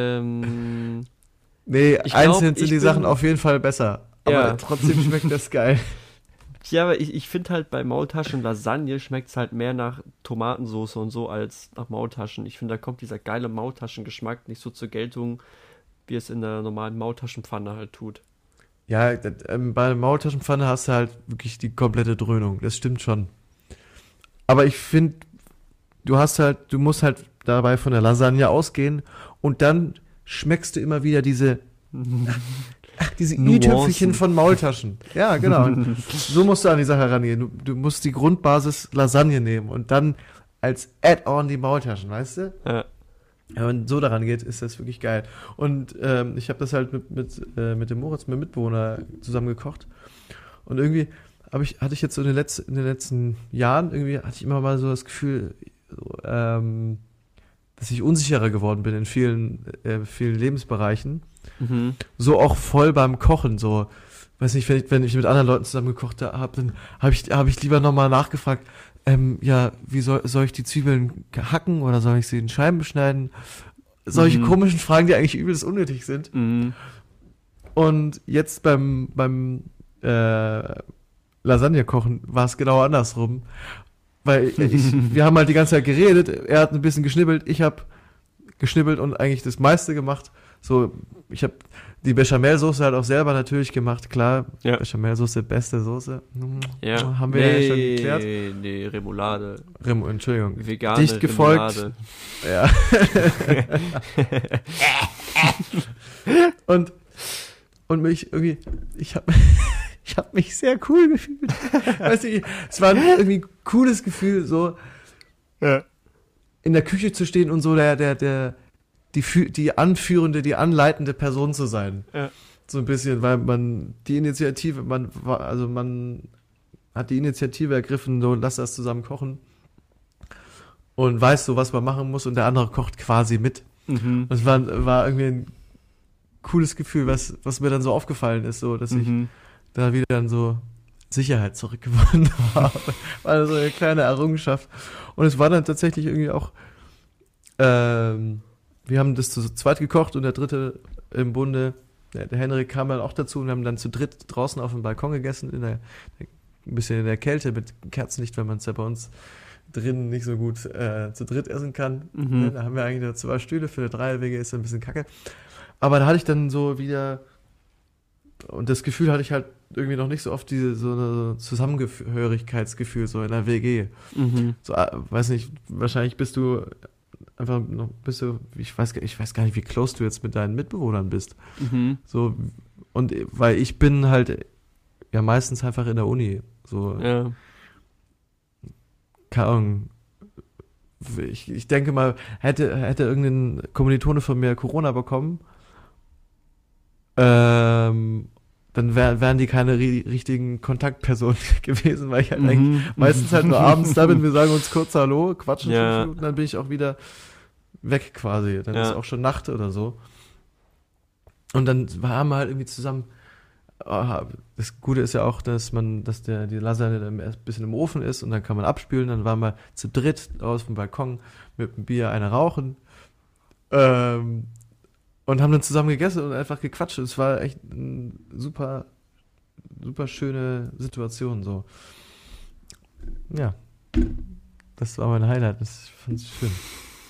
nee, einzeln sind die bin- Sachen auf jeden Fall besser. Aber Ja. trotzdem schmeckt das geil. ja, aber ich finde halt bei Maultaschenlasagne schmeckt es halt mehr nach Tomatensauce und so als nach Maultaschen. Ich finde, da kommt dieser geile Maultaschengeschmack nicht so zur Geltung, wie es in der normalen Maultaschenpfanne halt tut. Ja, bei der Maultaschenpfanne hast du halt wirklich die komplette Dröhnung. Das stimmt schon. Aber ich finde, du musst halt dabei von der Lasagne ausgehen und dann schmeckst du immer wieder diese i-Tüpfelchen von Maultaschen. Ja, genau. Und so musst du an die Sache rangehen. Du musst die Grundbasis Lasagne nehmen und dann als Add-on die Maultaschen, weißt du? Ja. Ja, wenn man so daran geht, ist das wirklich geil. Und ich habe das halt mit dem Moritz, meinem Mitbewohner, zusammen gekocht. Und irgendwie hatte ich jetzt so in den letzten Jahren, irgendwie hatte ich immer mal so das Gefühl, dass ich unsicherer geworden bin in vielen Lebensbereichen. So auch voll beim Kochen, so. Weiß nicht, wenn ich mit anderen Leuten zusammen gekocht habe, dann habe ich lieber nochmal nachgefragt, wie soll ich die Zwiebeln hacken oder soll ich sie in Scheiben beschneiden? Solche komischen Fragen, die eigentlich übelst unnötig sind. Und jetzt beim Lasagne kochen war es genau andersrum. Weil wir haben halt die ganze Zeit geredet, er hat ein bisschen geschnibbelt, ich habe geschnibbelt und eigentlich das meiste gemacht. So, ich habe die Bechamelsoße halt auch selber natürlich gemacht, klar. Ja. Bechamelsoße, beste Soße. Ja. Haben wir ja schon geklärt. Nee, Remoulade. Entschuldigung. Vegane Dicht gefolgt. Remoulade. Ja. und mich irgendwie, ich habe mich sehr cool gefühlt. Weißt du, es war irgendwie ein cooles Gefühl, so in der Küche zu stehen und so die die anführende, die anleitende Person zu sein. Ja. So ein bisschen, weil man hat die Initiative ergriffen, so lass das zusammen kochen und weiß so, was man machen muss und der andere kocht quasi mit. Und es war irgendwie ein cooles Gefühl, was mir dann so aufgefallen ist, so, dass ich da wieder dann so Sicherheit zurückgewonnen habe. War so eine kleine Errungenschaft. Und es war dann tatsächlich irgendwie auch, wir haben das zu zweit gekocht und der dritte im Bunde, der Henrik kam dann auch dazu und wir haben dann zu dritt draußen auf dem Balkon gegessen, ein bisschen in der Kälte mit Kerzenlicht, weil man es ja bei uns drinnen nicht so gut zu dritt essen kann. Da haben wir eigentlich nur 2 Stühle, für eine Dreier-WG ist ein bisschen kacke. Aber da hatte ich dann so wieder, und das Gefühl hatte ich halt irgendwie noch nicht so oft, so ein Zusammengehörigkeitsgefühl so in der WG. So, weiß nicht, wahrscheinlich bist du einfach noch, ich weiß gar nicht, wie close du jetzt mit deinen Mitbewohnern bist. So, und weil ich bin halt ja meistens einfach in der Uni. So, ja. Keine Ahnung. Ich denke mal, hätte irgendein Kommilitone von mir Corona bekommen, dann wären die keine richtigen Kontaktpersonen gewesen, weil ich halt eigentlich meistens halt nur abends da bin, wir sagen uns kurz Hallo, quatschen 5 Minuten, dann bin ich auch wieder weg quasi. Dann ist auch schon Nacht oder so. Und dann haben wir halt irgendwie zusammen, das Gute ist ja auch, dass die Lasagne dann erst ein bisschen im Ofen ist und dann kann man abspülen, dann waren wir zu dritt aus dem Balkon mit dem Bier eine rauchen, und haben dann zusammen gegessen und einfach gequatscht. Es war echt eine super, super schöne Situation, so. Ja. Das war mein Highlight. Das fand ich schön.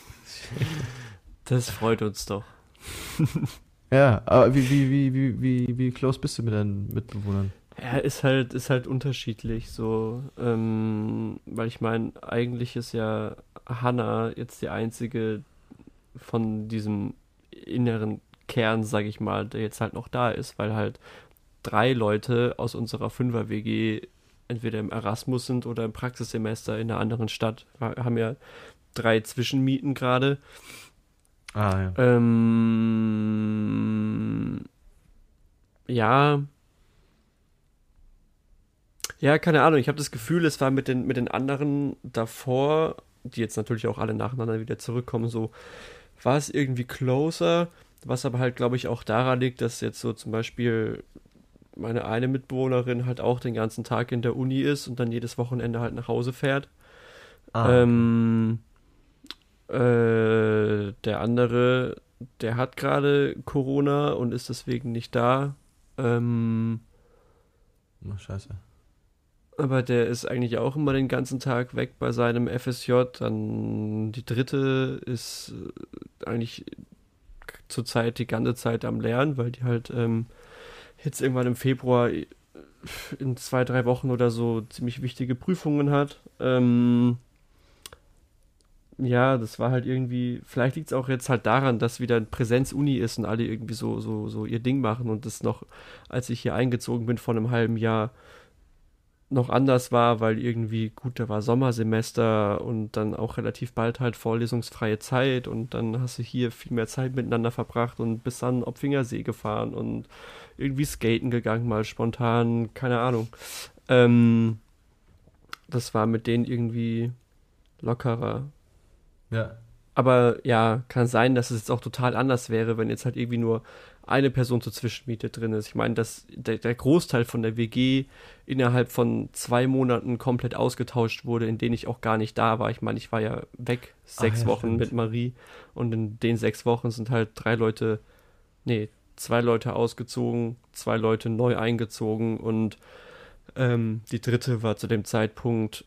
Das freut uns doch. Ja, aber wie close bist du mit deinen Mitbewohnern? Ja, ist halt unterschiedlich, so, weil ich meine, eigentlich ist ja Hannah jetzt die einzige von diesem inneren Kern, sag ich mal, der jetzt halt noch da ist, weil halt 3 Leute aus unserer 5er-WG entweder im Erasmus sind oder im Praxissemester in einer anderen Stadt. Wir haben ja 3 Zwischenmieten gerade. Ja. Ja, keine Ahnung. Ich habe das Gefühl, es war mit den anderen davor, die jetzt natürlich auch alle nacheinander wieder zurückkommen, so war es irgendwie closer, was aber halt, glaube ich, auch daran liegt, dass jetzt so zum Beispiel meine eine Mitbewohnerin halt auch den ganzen Tag in der Uni ist und dann jedes Wochenende halt nach Hause fährt. Der andere, der hat gerade Corona und ist deswegen nicht da. Scheiße. Aber der ist eigentlich auch immer den ganzen Tag weg bei seinem FSJ. Dann die dritte ist eigentlich zurzeit die ganze Zeit am Lernen, weil die halt jetzt irgendwann im Februar in 2-3 Wochen oder so ziemlich wichtige Prüfungen hat. Ja, das war halt irgendwie, vielleicht liegt es auch jetzt halt daran, dass wieder ein Präsenz-Uni ist und alle irgendwie so ihr Ding machen und das noch, als ich hier eingezogen bin vor einem halben Jahr, noch anders war, weil irgendwie, gut, da war Sommersemester und dann auch relativ bald halt vorlesungsfreie Zeit und dann hast du hier viel mehr Zeit miteinander verbracht und bist dann Opfingersee gefahren und irgendwie skaten gegangen, mal spontan, keine Ahnung. Das war mit denen irgendwie lockerer. Ja. Aber ja, kann sein, dass es jetzt auch total anders wäre, wenn jetzt halt irgendwie nur eine Person zur Zwischenmiete drin ist. Ich meine, dass der Großteil von der WG innerhalb von 2 Monaten komplett ausgetauscht wurde, in denen ich auch gar nicht da war. Ich meine, ich war ja weg 6 Wochen stimmt. mit Marie und in den 6 Wochen sind halt 2 Leute ausgezogen, 2 Leute neu eingezogen und die dritte war zu dem Zeitpunkt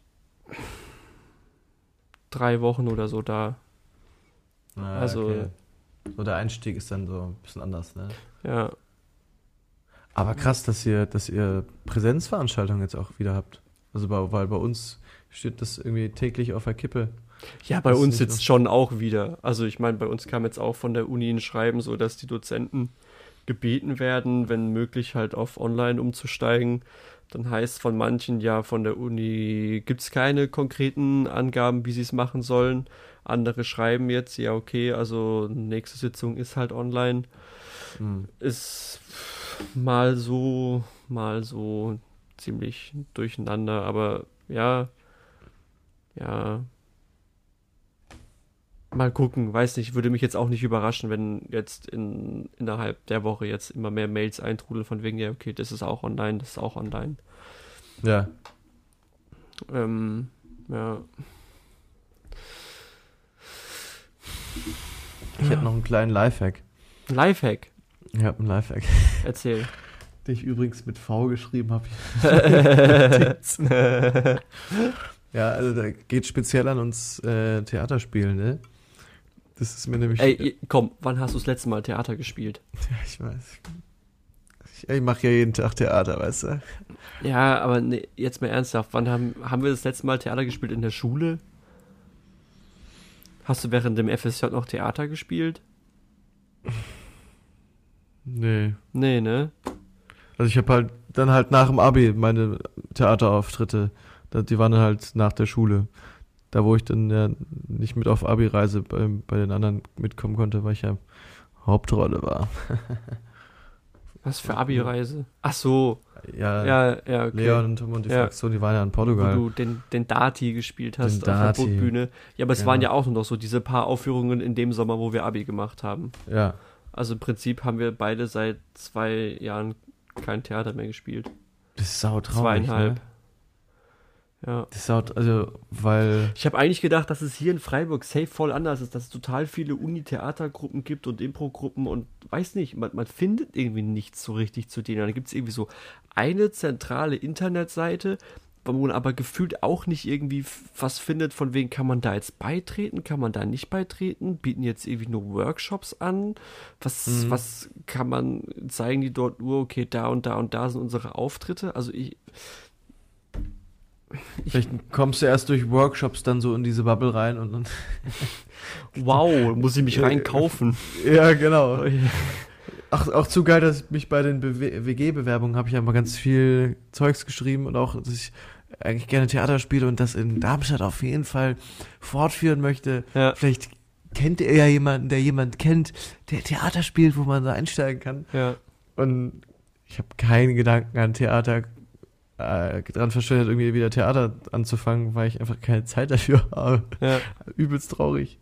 3 Wochen oder so da. Also, okay. So der Einstieg ist dann so ein bisschen anders, ne? ja. Aber krass, dass ihr Präsenzveranstaltungen jetzt auch wieder habt. Also weil bei uns steht das irgendwie täglich auf der Kippe. Ja, bei uns jetzt schon auch wieder. Also ich meine, bei uns kam jetzt auch von der Uni ein Schreiben, so dass die Dozenten gebeten werden, wenn möglich halt auf online umzusteigen. Dann heißt von manchen, ja, von der Uni gibt es keine konkreten Angaben, wie sie es machen sollen. andere schreiben jetzt, ja okay, also nächste Sitzung ist halt online. Ist mal so ziemlich durcheinander, aber ja. Mal gucken, weiß nicht, würde mich jetzt auch nicht überraschen, wenn jetzt innerhalb der Woche jetzt immer mehr Mails eintrudeln von wegen, ja okay, das ist auch online, das ist auch online. Ja. Ja. Ich hätte noch einen kleinen Lifehack. Lifehack? Ich habe einen Lifehack. Erzähl. Den ich übrigens mit V geschrieben habe. Ja, also da geht speziell an uns Theaterspielen, ne? Das ist mir nämlich... Ey, komm, wann hast du das letzte Mal Theater gespielt? Ja, ich weiß. Ich mache ja jeden Tag Theater, weißt du? Ja, aber nee, jetzt mal ernsthaft, wann haben wir das letzte Mal Theater gespielt in der Schule? Hast du während dem FSJ noch Theater gespielt? Nee. Nee, ne? Also ich habe halt dann halt nach dem Abi meine Theaterauftritte, die waren dann halt nach der Schule. Da wo ich dann ja nicht mit auf Abi-Reise bei den anderen mitkommen konnte, weil ich ja Hauptrolle war. Was für Abi-Reise? Ach so. Ja, okay. Leon und Tom und die Fraktion, die waren ja in Portugal. Wo du den Dati gespielt hast den auf Dati. der Burgbühne. Ja, aber es waren ja auch nur noch so diese paar Aufführungen in dem Sommer, wo wir Abi gemacht haben. Ja. Also im Prinzip haben wir beide seit 2 Jahren kein Theater mehr gespielt. Das ist sautraurig, 2,5. ne? Ja. Das ist weil... Ich habe eigentlich gedacht, dass es hier in Freiburg safe voll anders ist, dass es total viele Uni-Theatergruppen gibt und Impro-Gruppen und weiß nicht, man findet irgendwie nichts so richtig zu denen. Da gibt es irgendwie so eine zentrale Internetseite, wo man aber gefühlt auch nicht irgendwie was findet, von wegen kann man da jetzt beitreten, kann man da nicht beitreten, bieten jetzt irgendwie nur Workshops an, was kann man, zeigen die dort nur, okay, da und da und da sind unsere Auftritte, also Vielleicht kommst du erst durch Workshops dann so in diese Bubble rein und dann... Wow, muss ich mich reinkaufen. Ja, genau. Ach, auch zu geil, dass ich mich bei den WG-Bewerbungen habe ich ja mal ganz viel Zeugs geschrieben und auch, dass ich eigentlich gerne Theater spiele und das in Darmstadt auf jeden Fall fortführen möchte. Ja. Vielleicht kennt ihr ja jemanden, der jemanden kennt, der Theater spielt, wo man da einsteigen kann. Ja. Und ich habe keinen Gedanken an Theater dran verschwendet, irgendwie wieder Theater anzufangen, weil ich einfach keine Zeit dafür habe. Ja. Übelst traurig.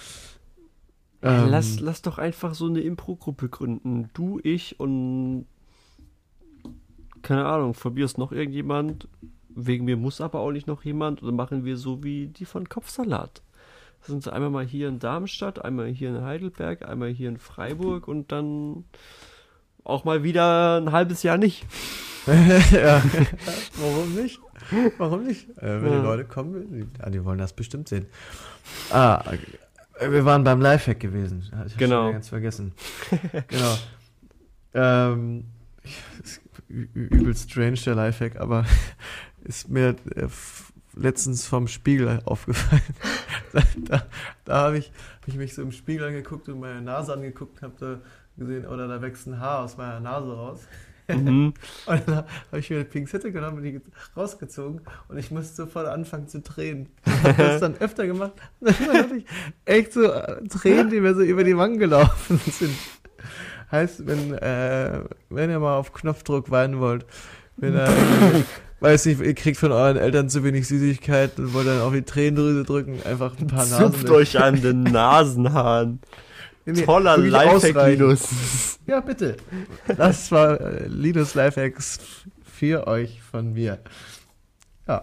Lass doch einfach so eine Impro-Gruppe gründen. Du, ich und keine Ahnung, von mir ist noch irgendjemand. Wegen mir muss aber auch nicht noch jemand. Oder machen wir so wie die von Kopfsalat. Das sind so einmal mal hier in Darmstadt, einmal hier in Heidelberg, einmal hier in Freiburg und dann auch mal wieder ein halbes Jahr nicht. Ja. Warum nicht? Warum nicht? Wenn die Leute kommen, die wollen das bestimmt sehen. Wir waren beim Lifehack gewesen. Ich habe schon ganz vergessen. Genau. Übelst strange, der Lifehack, aber ist mir letztens vom Spiegel aufgefallen. Da habe ich mich so im Spiegel angeguckt und meine Nase angeguckt und habe da gesehen, oder da wächst ein Haar aus meiner Nase raus. Und dann habe ich mir eine Pinzette genommen und die rausgezogen und ich musste sofort anfangen zu tränen. Ich habe das dann öfter gemacht. Und dann hatte ich echt so Tränen, die mir so über die Wangen gelaufen sind. Heißt, wenn ihr mal auf Knopfdruck weinen wollt, wenn weiß nicht, ihr kriegt von euren Eltern zu wenig Süßigkeiten und wollt dann auf die Tränendrüse drücken, einfach ein paar Nasen. Zupft euch an den Nasenhaaren. Nee, toller Lifehack, Linus. Ja, bitte. Das war Linus Lifehacks für euch von mir. Ja.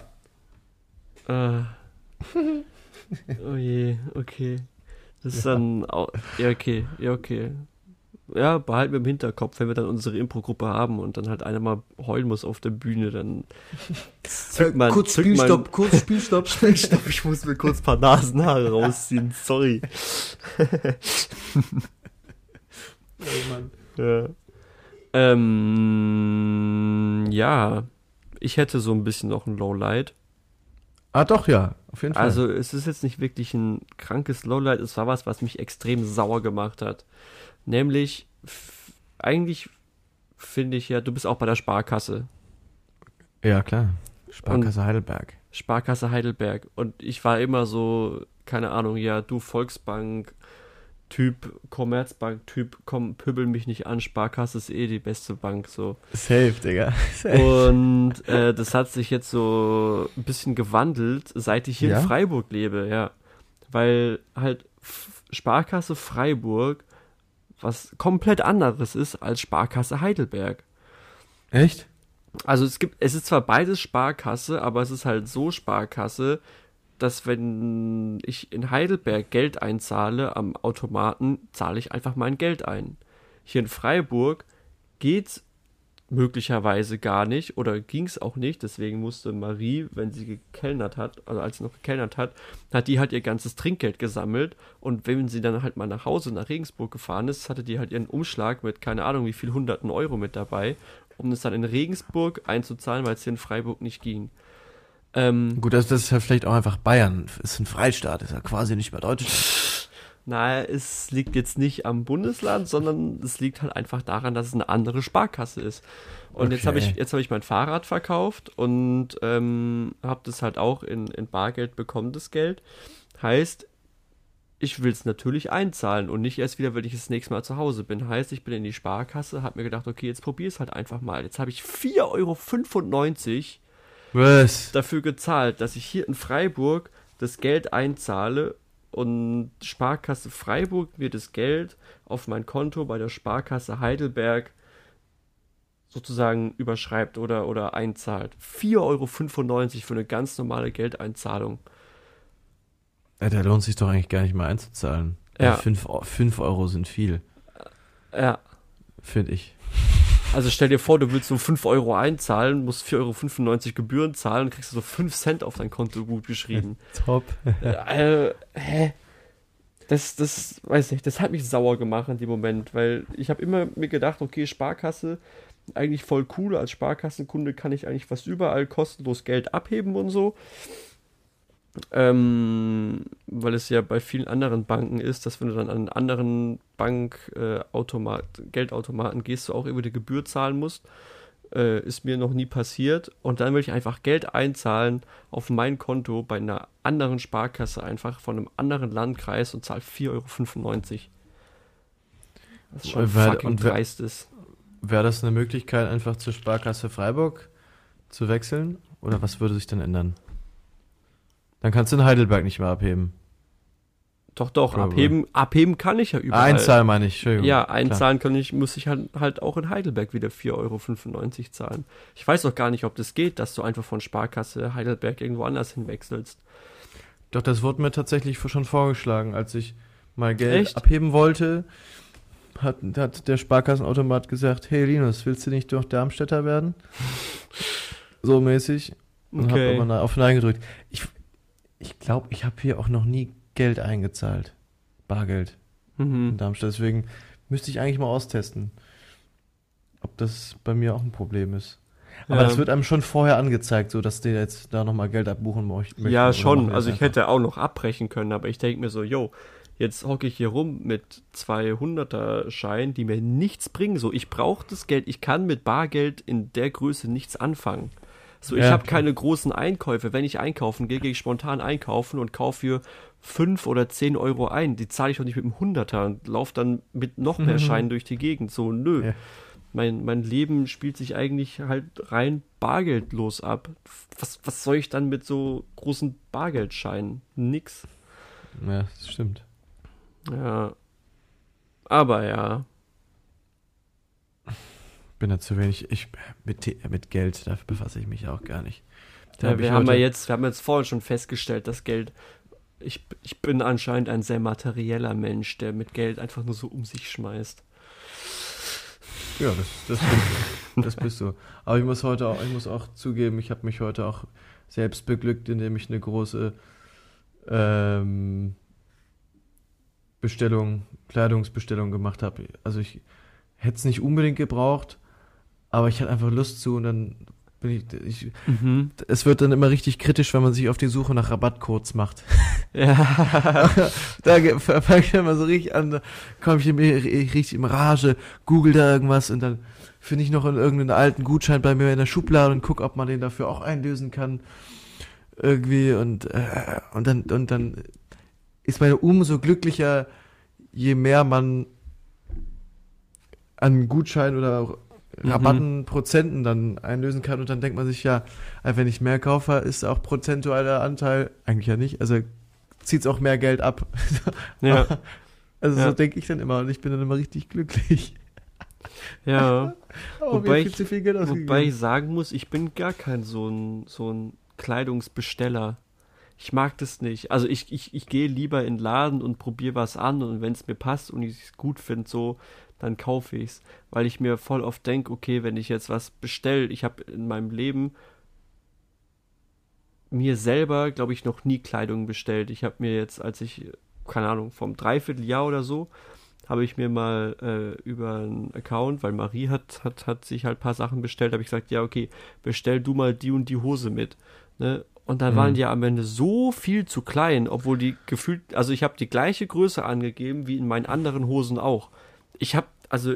Oh je, okay. Das ist dann auch, ja, okay. Ja, behalten wir im Hinterkopf, wenn wir dann unsere Impro-Gruppe haben und dann halt einer mal heulen muss auf der Bühne, dann kurz Spielstopp. Ich muss mir kurz ein paar Nasenhaare rausziehen, sorry. Oh Mann. Ja. Ja, ich hätte so ein bisschen noch ein Lowlight. Doch, ja, auf jeden Fall. Also es ist jetzt nicht wirklich ein krankes Lowlight, es war was mich extrem sauer gemacht hat. Nämlich, eigentlich finde ich ja, du bist auch bei der Sparkasse. Ja, klar. Sparkasse Heidelberg. Sparkasse Heidelberg. Und ich war immer so keine Ahnung, ja, du Volksbank-Typ, Commerzbank-Typ, komm, pöbel mich nicht an, Sparkasse ist die beste Bank, so. Safe, Digga. Safe. Und das hat sich jetzt so ein bisschen gewandelt, seit ich hier in Freiburg lebe, ja. Weil halt Sparkasse Freiburg was komplett anderes ist als Sparkasse Heidelberg. Echt? Also es ist zwar beides Sparkasse, aber es ist halt so Sparkasse, dass wenn ich in Heidelberg Geld einzahle am Automaten, zahle ich einfach mein Geld ein. Hier in Freiburg geht's möglicherweise gar nicht oder ging es auch nicht, deswegen musste Marie, wenn sie gekellnert hat, also als sie noch gekellnert hat, hat die halt ihr ganzes Trinkgeld gesammelt und wenn sie dann halt mal nach Hause nach Regensburg gefahren ist, hatte die halt ihren Umschlag mit keine Ahnung wie viel hunderten Euro mit dabei, um es dann in Regensburg einzuzahlen, weil es hier in Freiburg nicht ging. Gut, das ist ja vielleicht auch einfach Bayern, ist ein Freistaat, ist ja quasi nicht mehr Deutschland. Naja, es liegt jetzt nicht am Bundesland, sondern es liegt halt einfach daran, dass es eine andere Sparkasse ist. Und Okay. jetzt hab ich mein Fahrrad verkauft und habe das halt auch in Bargeld bekommen, das Geld. Heißt, ich will es natürlich einzahlen und nicht erst wieder, wenn ich das nächste Mal zu Hause bin. Heißt, ich bin in die Sparkasse, habe mir gedacht, okay, jetzt probier es halt einfach mal. Jetzt habe ich 4,95 Was? dafür gezahlt, dass ich hier in Freiburg das Geld einzahle und Sparkasse Freiburg mir das Geld auf mein Konto bei der Sparkasse Heidelberg sozusagen überschreibt oder einzahlt. 4,95 € für eine ganz normale Geldeinzahlung. Ja, da lohnt sich doch eigentlich gar nicht mal einzuzahlen. Ja. 5 Euro sind viel, Ja, finde ich. also stell dir vor, du willst so 5 Euro einzahlen, musst 4,95 € Gebühren zahlen und kriegst so 5 Cent auf dein Konto gut geschrieben. Top. Hä? Das weiß nicht, das hat mich sauer gemacht in dem Moment, weil ich habe immer mir gedacht, okay, Sparkasse, eigentlich voll cool, als Sparkassenkunde kann ich eigentlich fast überall kostenlos Geld abheben und so. Weil es ja bei vielen anderen Banken ist, dass wenn du dann an einen anderen Geldautomaten gehst, du auch über die Gebühr zahlen musst. Ist mir noch nie passiert. Und dann will ich einfach Geld einzahlen auf mein Konto bei einer anderen Sparkasse, einfach von einem anderen Landkreis und zahle 4,95 €. Was schon fucking dreist ist. Wäre das eine Möglichkeit, einfach zur Sparkasse Freiburg zu wechseln? Oder was würde sich dann ändern? Dann kannst du in Heidelberg nicht mehr abheben. Doch, abheben kann ich ja überall. Einzahlen meine ich, Entschuldigung. Ja, einzahlen muss ich halt auch in Heidelberg wieder 4,95 € zahlen. Ich weiß auch gar nicht, ob das geht, dass du einfach von Sparkasse Heidelberg irgendwo anders hinwechselst. Doch, das wurde mir tatsächlich schon vorgeschlagen, als ich mal Geld Echt? abheben wollte, hat der Sparkassenautomat gesagt, hey Linus, willst du nicht doch Darmstädter werden? So mäßig. Und Okay. habe aber auf Nein gedrückt. Ich glaube, ich habe hier auch noch nie Geld eingezahlt. Bargeld in Mhm. Darmstadt. Deswegen müsste ich eigentlich mal austesten, ob das bei mir auch ein Problem ist. Aber Ja. das wird einem schon vorher angezeigt, so dass die jetzt da nochmal Geld abbuchen möchten. Ja, oder schon. machen Also das ich hätte auch noch abbrechen können, aber ich denke mir so, jetzt hocke ich hier rum mit 200er-Scheinen, die mir nichts bringen. So, ich brauche das Geld, ich kann mit Bargeld in der Größe nichts anfangen. So, ich Ja, habe klar. keine großen Einkäufe. Wenn ich einkaufen gehe, gehe ich spontan einkaufen und kaufe für 5 oder 10 € ein. Die zahle ich doch nicht mit einem 100er und laufe dann mit noch mehr Scheinen durch die Gegend. So, nö. Ja. Mein Leben spielt sich eigentlich halt rein bargeldlos ab. Was soll ich dann mit so großen Bargeldscheinen? Nix. Ja, das stimmt. Ja. Aber ja. Bin da zu wenig. Mit Geld, dafür befasse ich mich auch gar nicht. Wir haben jetzt vorhin schon festgestellt, dass Geld. Ich bin anscheinend ein sehr materieller Mensch, der mit Geld einfach nur so um sich schmeißt. Ja, das stimmt. Das bist du. Aber ich muss auch zugeben, ich habe mich heute auch selbst beglückt, indem ich eine große Kleidungsbestellung gemacht habe. Also ich hätte es nicht unbedingt gebraucht, aber ich hatte einfach Lust zu und dann bin es wird dann immer richtig kritisch, wenn man sich auf die Suche nach Rabattcodes macht. Ja. Da fange ich immer so richtig an, da komme ich richtig im Rage, google da irgendwas und dann finde ich noch irgendeinen alten Gutschein bei mir in der Schublade und gucke, ob man den dafür auch einlösen kann. Irgendwie und dann ist man umso glücklicher, je mehr man an Gutscheinen oder auch Rabatten, Prozenten dann einlösen kann und dann denkt man sich ja, wenn ich mehr kaufe, ist auch prozentualer Anteil, eigentlich ja nicht, also zieht es auch mehr Geld ab. Ja. Also so denke ich dann immer und ich bin dann immer richtig glücklich. Ja. Wobei ich sagen muss, ich bin gar kein so ein Kleidungsbesteller. Ich mag das nicht. Also ich gehe lieber in den Laden und probiere was an und wenn es mir passt und ich es gut finde, so, dann kaufe ich es. Weil ich mir voll oft denke, okay, wenn ich jetzt was bestelle, ich habe in meinem Leben mir selber, glaube ich, noch nie Kleidung bestellt. Ich habe mir jetzt, als ich, keine Ahnung, vom Dreivierteljahr oder so, habe ich mir mal über einen Account, weil Marie hat sich halt ein paar Sachen bestellt, habe ich gesagt, ja, okay, bestell du mal die und die Hose mit. Ne? Und dann waren die ja am Ende so viel zu klein, obwohl die gefühlt, also ich habe die gleiche Größe angegeben wie in meinen anderen Hosen auch. Ich habe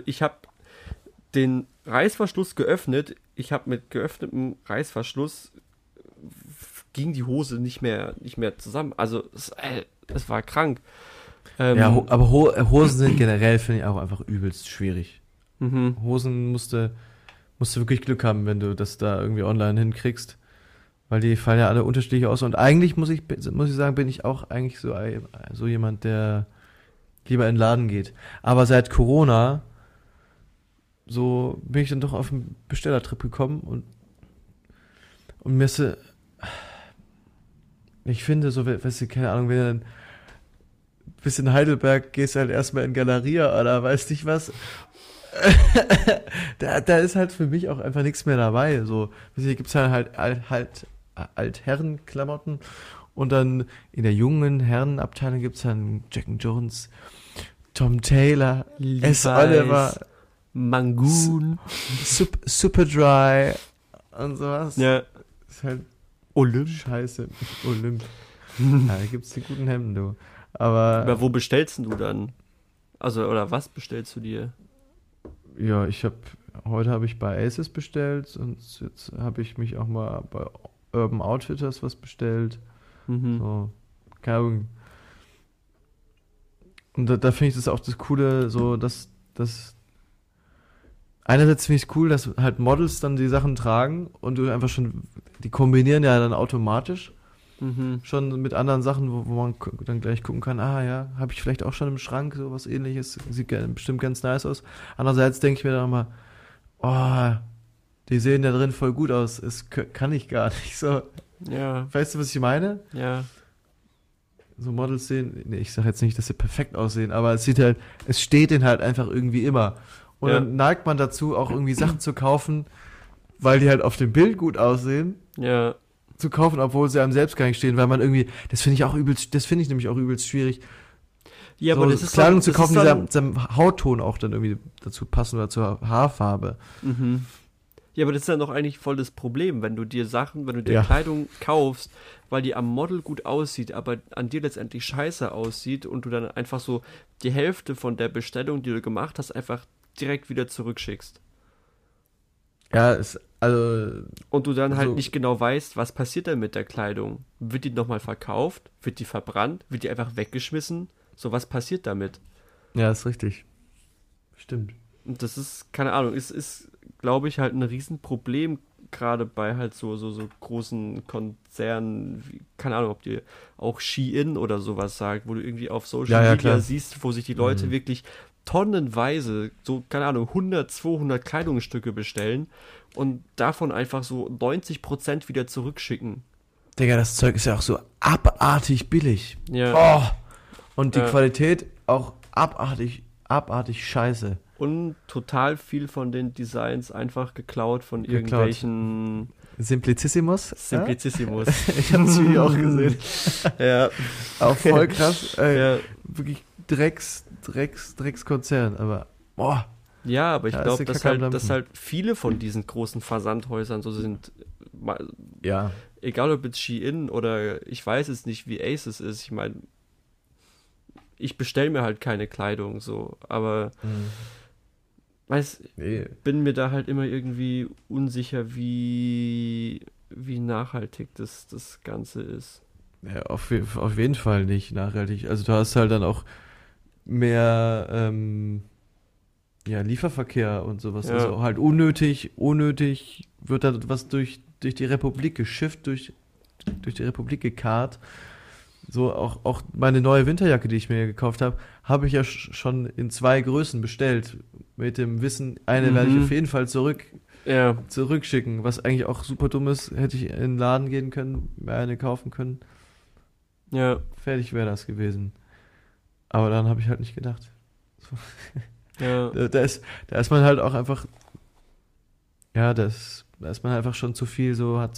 den Reißverschluss geöffnet, ich habe mit geöffnetem Reißverschluss ging die Hose nicht mehr zusammen. Also es war krank. Aber Hosen sind generell, finde ich, auch einfach übelst schwierig. Hosen musst du wirklich Glück haben, wenn du das da irgendwie online hinkriegst. Weil die fallen ja alle unterschiedlich aus. Und eigentlich muss ich sagen, bin ich auch eigentlich so jemand, der lieber in den Laden geht. Aber seit Corona so bin ich dann doch auf einen Bestellertrip gekommen und mir ist, ich finde so, weißt du, keine Ahnung, wenn du dann bist in Heidelberg, gehst halt erstmal in Galeria oder weiß nicht was. da ist halt für mich auch einfach nichts mehr dabei. So, hier gibt's halt Altherrenklamotten und dann in der jungen Herrenabteilung gibt's dann Jack & Jones, Tom Taylor, S. Oliver, Mangoon, Superdry und sowas. Ja. Ist halt Olymp. Scheiße. Olymp. Ja, da gibt's die guten Hemden, du. Aber wo bestellst du dann? Also, oder was bestellst du dir? Ja, heute habe ich bei Aces bestellt und jetzt habe ich mich auch mal bei Urban Outfitters was bestellt. So, keine Ahnung. Und da finde ich das auch das Coole, so, dass einerseits finde ich es cool, dass halt Models dann die Sachen tragen und du einfach schon, die kombinieren ja dann automatisch schon mit anderen Sachen, wo man dann gleich gucken kann, ja, habe ich vielleicht auch schon im Schrank so was Ähnliches, sieht bestimmt ganz nice aus. Andererseits denke ich mir dann mal, die sehen da drin voll gut aus, kann ich gar nicht so. Ja. Weißt du, was ich meine? Ja. So Models sehen, ich sage jetzt nicht, dass sie perfekt aussehen, aber es steht denen halt einfach irgendwie immer. Und dann neigt man dazu, auch irgendwie Sachen zu kaufen, weil die halt auf dem Bild gut aussehen. Ja. Zu kaufen, obwohl sie einem selbst gar nicht stehen, weil man irgendwie, das finde ich nämlich auch übelst schwierig. Ja, so aber das ist Kleidung zu kaufen, die seinem Hautton auch dann irgendwie dazu passen oder zur Haarfarbe. Ja, aber das ist ja noch eigentlich voll das Problem, wenn du dir Kleidung kaufst, weil die am Model gut aussieht, aber an dir letztendlich scheiße aussieht und du dann einfach so die Hälfte von der Bestellung, die du gemacht hast, einfach direkt wieder zurückschickst. Ja, und du dann halt nicht genau weißt, was passiert denn mit der Kleidung? Wird die nochmal verkauft? Wird die verbrannt? Wird die einfach weggeschmissen? So, was passiert damit? Ja, ist richtig. Stimmt. Und das ist, keine Ahnung, ist glaube ich, halt ein Riesenproblem, gerade bei halt so großen Konzernen, wie, keine Ahnung, ob dir auch Shein oder sowas sagt, wo du irgendwie auf Social Media klar. siehst, wo sich die Leute wirklich tonnenweise, so, keine Ahnung, 100, 200 Kleidungsstücke bestellen und davon einfach so 90% wieder zurückschicken. Digga, das Zeug ist ja auch so abartig billig. Ja. Und die Qualität auch abartig scheiße. Und total viel von den Designs einfach geklaut von irgendwelchen... Simplicissimus? Simplicissimus. Ja? Ich habe sie auch gesehen. Ja. Auch voll krass. Wirklich Dreckskonzern, aber boah. Ja, aber ich glaube, dass halt viele von diesen großen Versandhäusern so sind. Ja. Egal ob jetzt Shein oder ich weiß es nicht, wie Aces ist. Ich meine, ich bestelle mir halt keine Kleidung so, aber bin mir da halt immer irgendwie unsicher, wie nachhaltig das Ganze ist. Ja, auf jeden Fall nicht nachhaltig. Also du hast halt dann auch mehr Lieferverkehr und sowas. Ja. Also halt unnötig wird da was durch die Republik geschifft, durch die Republik gekarrt. So auch meine neue Winterjacke, die ich mir gekauft habe ich ja schon in 2 Größen bestellt. Mit dem Wissen, eine werde ich auf jeden Fall zurückschicken. Was eigentlich auch super dumm ist, hätte ich in den Laden gehen können, mir eine kaufen können. Ja. Fertig wäre das gewesen. Aber dann habe ich halt nicht gedacht. Ja. Da ist man halt auch einfach, da ist man einfach schon zu viel,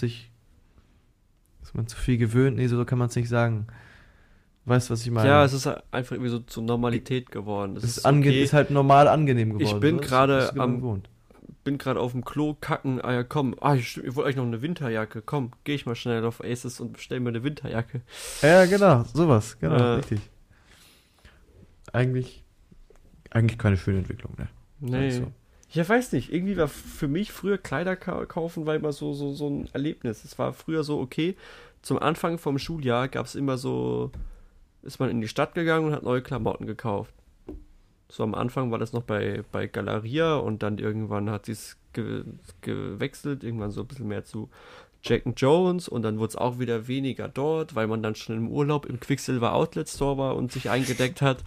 ist man zu viel gewöhnt, nee, so kann man es nicht sagen. Weißt du, was ich meine? Ja, es ist einfach irgendwie so zur Normalität geworden. Es ist halt normal angenehm geworden. Ich bin gerade bin gerade auf dem Klo kacken. Ah ja, komm. Ich wollte eigentlich noch eine Winterjacke. Komm, gehe ich mal schnell auf Aces und bestell mir eine Winterjacke. Ja, genau, sowas, genau, richtig. Eigentlich keine schöne Entwicklung, ne? Nee. Also. Ich weiß nicht, irgendwie war für mich früher Kleider kaufen war immer so ein Erlebnis. Es war früher so, okay, zum Anfang vom Schuljahr gab es immer so, ist man in die Stadt gegangen und hat neue Klamotten gekauft. So am Anfang war das noch bei Galeria und dann irgendwann hat sie es gewechselt, irgendwann so ein bisschen mehr zu Jack & Jones und dann wurde es auch wieder weniger dort, weil man dann schon im Urlaub im Quicksilver Outlet Store war und sich eingedeckt hat.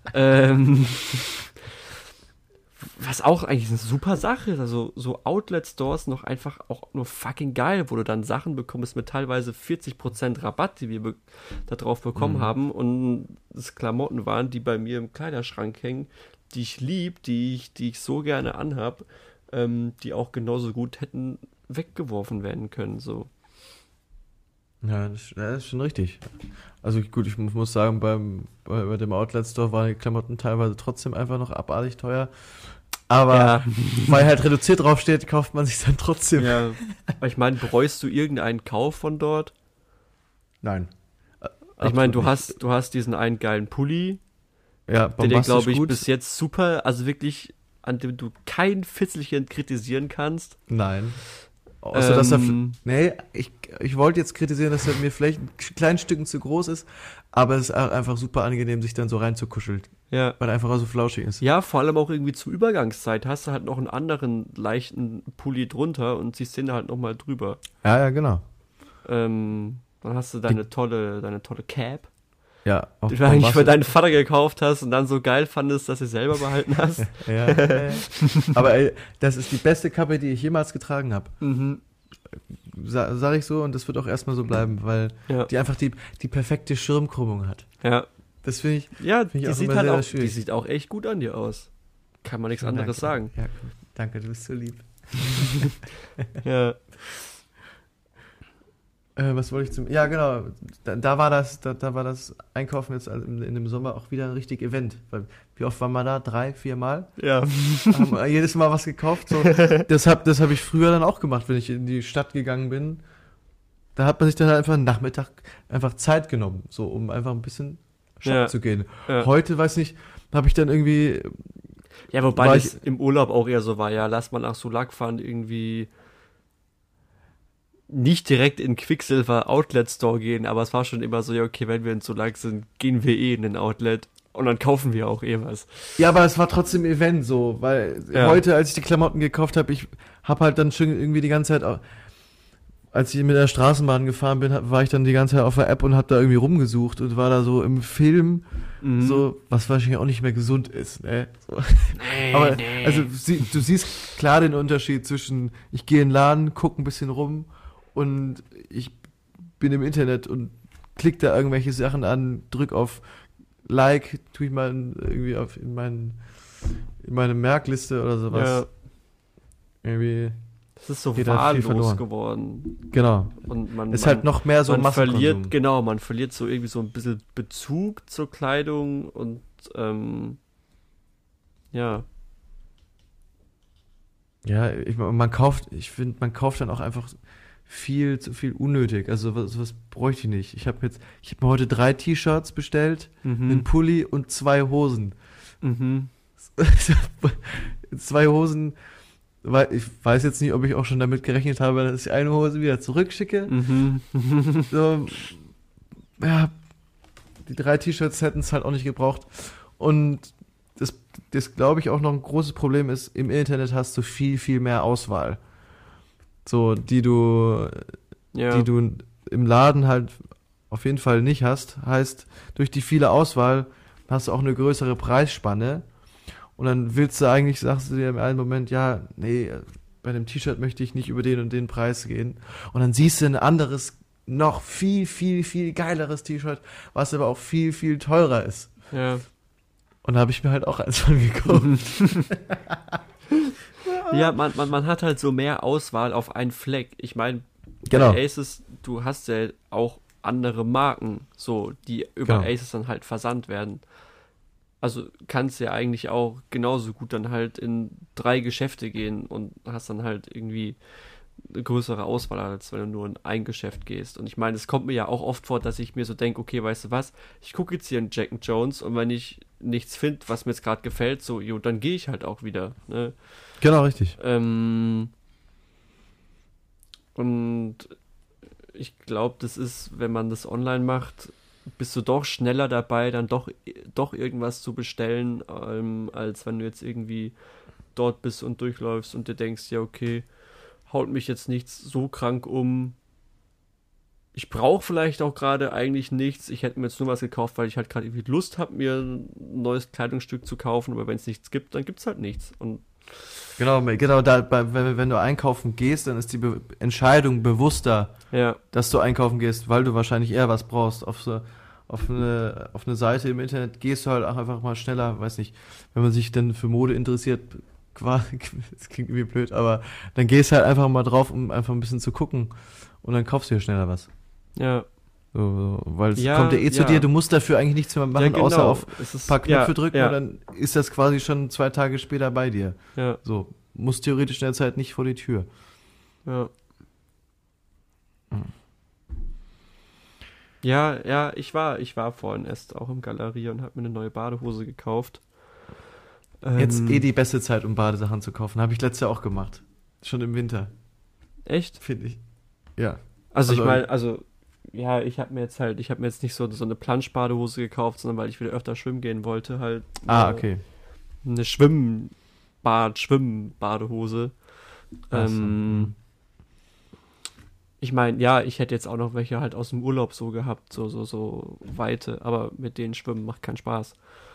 Was auch eigentlich eine super Sache ist, also so Outlet-Stores noch einfach auch nur fucking geil, wo du dann Sachen bekommst mit teilweise 40% Rabatt, die wir da drauf bekommen haben und das Klamotten waren, die bei mir im Kleiderschrank hängen, die ich lieb, die ich so gerne anhab, die auch genauso gut hätten weggeworfen werden können, so. Ja, das ist schon richtig. Also gut, ich muss sagen, bei dem Outlet-Store waren die Klamotten teilweise trotzdem einfach noch abartig teuer. Aber weil halt reduziert draufsteht, kauft man sich dann trotzdem. Ja, aber ich meine, bereust du irgendeinen Kauf von dort? Nein. Ich meine, du hast diesen einen geilen Pulli, ja, der glaube ich, bis jetzt super, also wirklich, an dem du kein Fitzelchen kritisieren kannst. Nein. Außer, dass ich wollte jetzt kritisieren, dass er mir vielleicht ein kleines Stücken zu groß ist, aber es ist einfach super angenehm, sich dann so reinzukuscheln. Ja. Weil er einfach so flauschig ist. Ja, vor allem auch irgendwie zur Übergangszeit hast du halt noch einen anderen leichten Pulli drunter und ziehst den halt nochmal drüber. Ja, genau. Dann hast du deine tolle Cap. Ja, die du eigentlich für deinen Vater gekauft hast und dann so geil fandest, dass du selber behalten hast. ja. Aber ey, das ist die beste Kappe, die ich jemals getragen habe. Sag ich so und das wird auch erstmal so bleiben, weil die einfach die perfekte Schirmkrümmung hat. Ja. Das finde ich, die auch sieht immer halt sehr auch, schwierig. Die sieht auch echt gut an dir aus. Kann man nichts anderes sagen. Ja, danke, du bist so lieb. Ja. Was wollte ich zum... Ja, genau. Da war das Einkaufen jetzt in dem Sommer auch wieder ein richtig Event. Weil, wie oft waren wir da? 3-4 Mal? Ja. Haben wir jedes Mal was gekauft. So. Das hab ich früher dann auch gemacht, wenn ich in die Stadt gegangen bin. Da hat man sich dann halt einfach einen Nachmittag einfach Zeit genommen, so um einfach ein bisschen shoppen zu gehen. Ja. Heute, weiß nicht, habe ich dann irgendwie... Ja, wobei das im Urlaub auch eher so war, ja, lass mal nach Sulag fahren, irgendwie... nicht direkt in Quicksilver Outlet Store gehen, aber es war schon immer so, ja, okay, wenn wir in Sulag sind, gehen wir in den Outlet und dann kaufen wir auch was. Ja, aber es war trotzdem ein Event so, weil heute, als ich die Klamotten gekauft habe, ich habe halt dann schon irgendwie die ganze Zeit, als ich mit der Straßenbahn gefahren bin, war ich dann die ganze Zeit auf der App und habe da irgendwie rumgesucht und war da so im Film, so, was wahrscheinlich auch nicht mehr gesund ist, ne? So. Aber, also, du siehst klar den Unterschied zwischen, ich gehe in den Laden, gucke ein bisschen rum und ich bin im Internet und klick da irgendwelche Sachen an, drück auf Like, tue ich mal irgendwie in meine Merkliste oder sowas. Ja. Irgendwie. Das ist so wahllos geworden. Genau. Und man ist halt noch mehr so Massenkonsum. Man verliert so irgendwie so ein bisschen Bezug zur Kleidung und ja. Ja, man kauft dann auch einfach viel zu viel unnötig. Also was bräuchte ich nicht. Ich habe mir heute 3 T-Shirts bestellt, einen Pulli und 2 Hosen. 2 Hosen, weil ich weiß jetzt nicht, ob ich auch schon damit gerechnet habe, dass ich eine Hose wieder zurückschicke. So, ja, die 3 T-Shirts hätten es halt auch nicht gebraucht. Und das glaube ich auch noch ein großes Problem ist, im Internet hast du viel, viel mehr Auswahl. So, die du im Laden halt auf jeden Fall nicht hast. Heißt, durch die viele Auswahl hast du auch eine größere Preisspanne. Und dann sagst du dir im einen Moment, ja, nee, bei dem T-Shirt möchte ich nicht über den und den Preis gehen. Und dann siehst du ein anderes, noch viel, viel, viel geileres T-Shirt, was aber auch viel, viel teurer ist. Ja. Und da habe ich mir halt auch eins von gekauft. Ja, man hat halt so mehr Auswahl auf einen Fleck. Ich meine, genau. bei Asus, du hast ja auch andere Marken, so, die über Asus dann halt versandt werden. Also kannst ja eigentlich auch genauso gut dann halt in 3 Geschäfte gehen und hast dann halt irgendwie eine größere Auswahl, als wenn du nur in ein Geschäft gehst. Und ich meine, es kommt mir ja auch oft vor, dass ich mir so denke, okay, weißt du was, ich gucke jetzt hier in Jack & Jones und wenn ich nichts finde, was mir jetzt gerade gefällt, so, jo, dann gehe ich halt auch wieder. Ne? Genau, richtig. Und ich glaube, das ist, wenn man das online macht, bist du doch schneller dabei, dann doch irgendwas zu bestellen, als wenn du jetzt irgendwie dort bist und durchläufst und dir denkst, ja, okay, haut mich jetzt nichts so krank um. Ich brauche vielleicht auch gerade eigentlich nichts. Ich hätte mir jetzt nur was gekauft, weil ich halt gerade irgendwie Lust habe, mir ein neues Kleidungsstück zu kaufen. Aber wenn es nichts gibt, dann gibt es halt nichts. Und Genau, wenn du einkaufen gehst, dann ist die Entscheidung bewusster, dass du einkaufen gehst, weil du wahrscheinlich eher was brauchst. Auf eine Seite im Internet gehst du halt auch einfach mal schneller, weiß nicht, wenn man sich dann für Mode interessiert, das klingt irgendwie blöd, aber dann gehst du halt einfach mal drauf, um einfach ein bisschen zu gucken und dann kaufst du ja schneller was. Ja. So, weil es kommt ja zu dir, du musst dafür eigentlich nichts mehr machen, genau. außer auf ein paar Knöpfe drücken und dann ist das quasi schon 2 Tage später bei dir. Ja. So, musst theoretisch in der Zeit nicht vor die Tür. Ja. Ja, ich war vorhin erst auch im Galerie und habe mir eine neue Badehose gekauft. Jetzt die beste Zeit, um Badesachen zu kaufen. Habe ich letztes Jahr auch gemacht. Schon im Winter. Echt? Finde ich. Ja. Also ich meine, ich habe mir jetzt nicht so eine Planschbadehose gekauft, sondern weil ich wieder öfter schwimmen gehen wollte, halt. Okay. Eine Schwimmbadehose. Ich meine, ja, ich hätte jetzt auch noch welche halt aus dem Urlaub so gehabt, so weite, aber mit denen schwimmen macht keinen Spaß.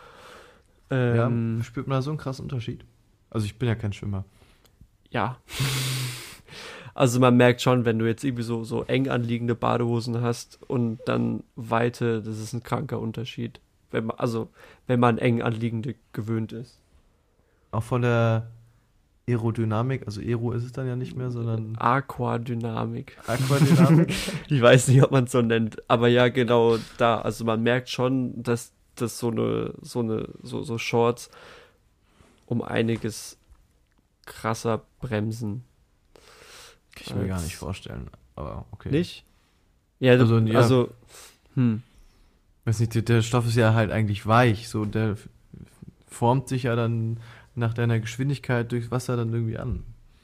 Spürt man da so einen krassen Unterschied? Also ich bin ja kein Schwimmer. Ja. Also man merkt schon, wenn du jetzt irgendwie so eng anliegende Badehosen hast und dann weite, das ist ein kranker Unterschied. Wenn man eng anliegende gewöhnt ist. Auch von der Aerodynamik, also Aero ist es dann ja nicht mehr, sondern Aquadynamik. Ich weiß nicht, ob man es so nennt, aber ja, genau da. Also man merkt schon, dass so Shorts um einiges krasser bremsen. Kann ich mir gar nicht vorstellen, aber okay. Nicht? Ja, also weiß nicht, der Stoff ist ja halt eigentlich weich, so der formt sich ja dann nach deiner Geschwindigkeit durchs Wasser dann irgendwie an.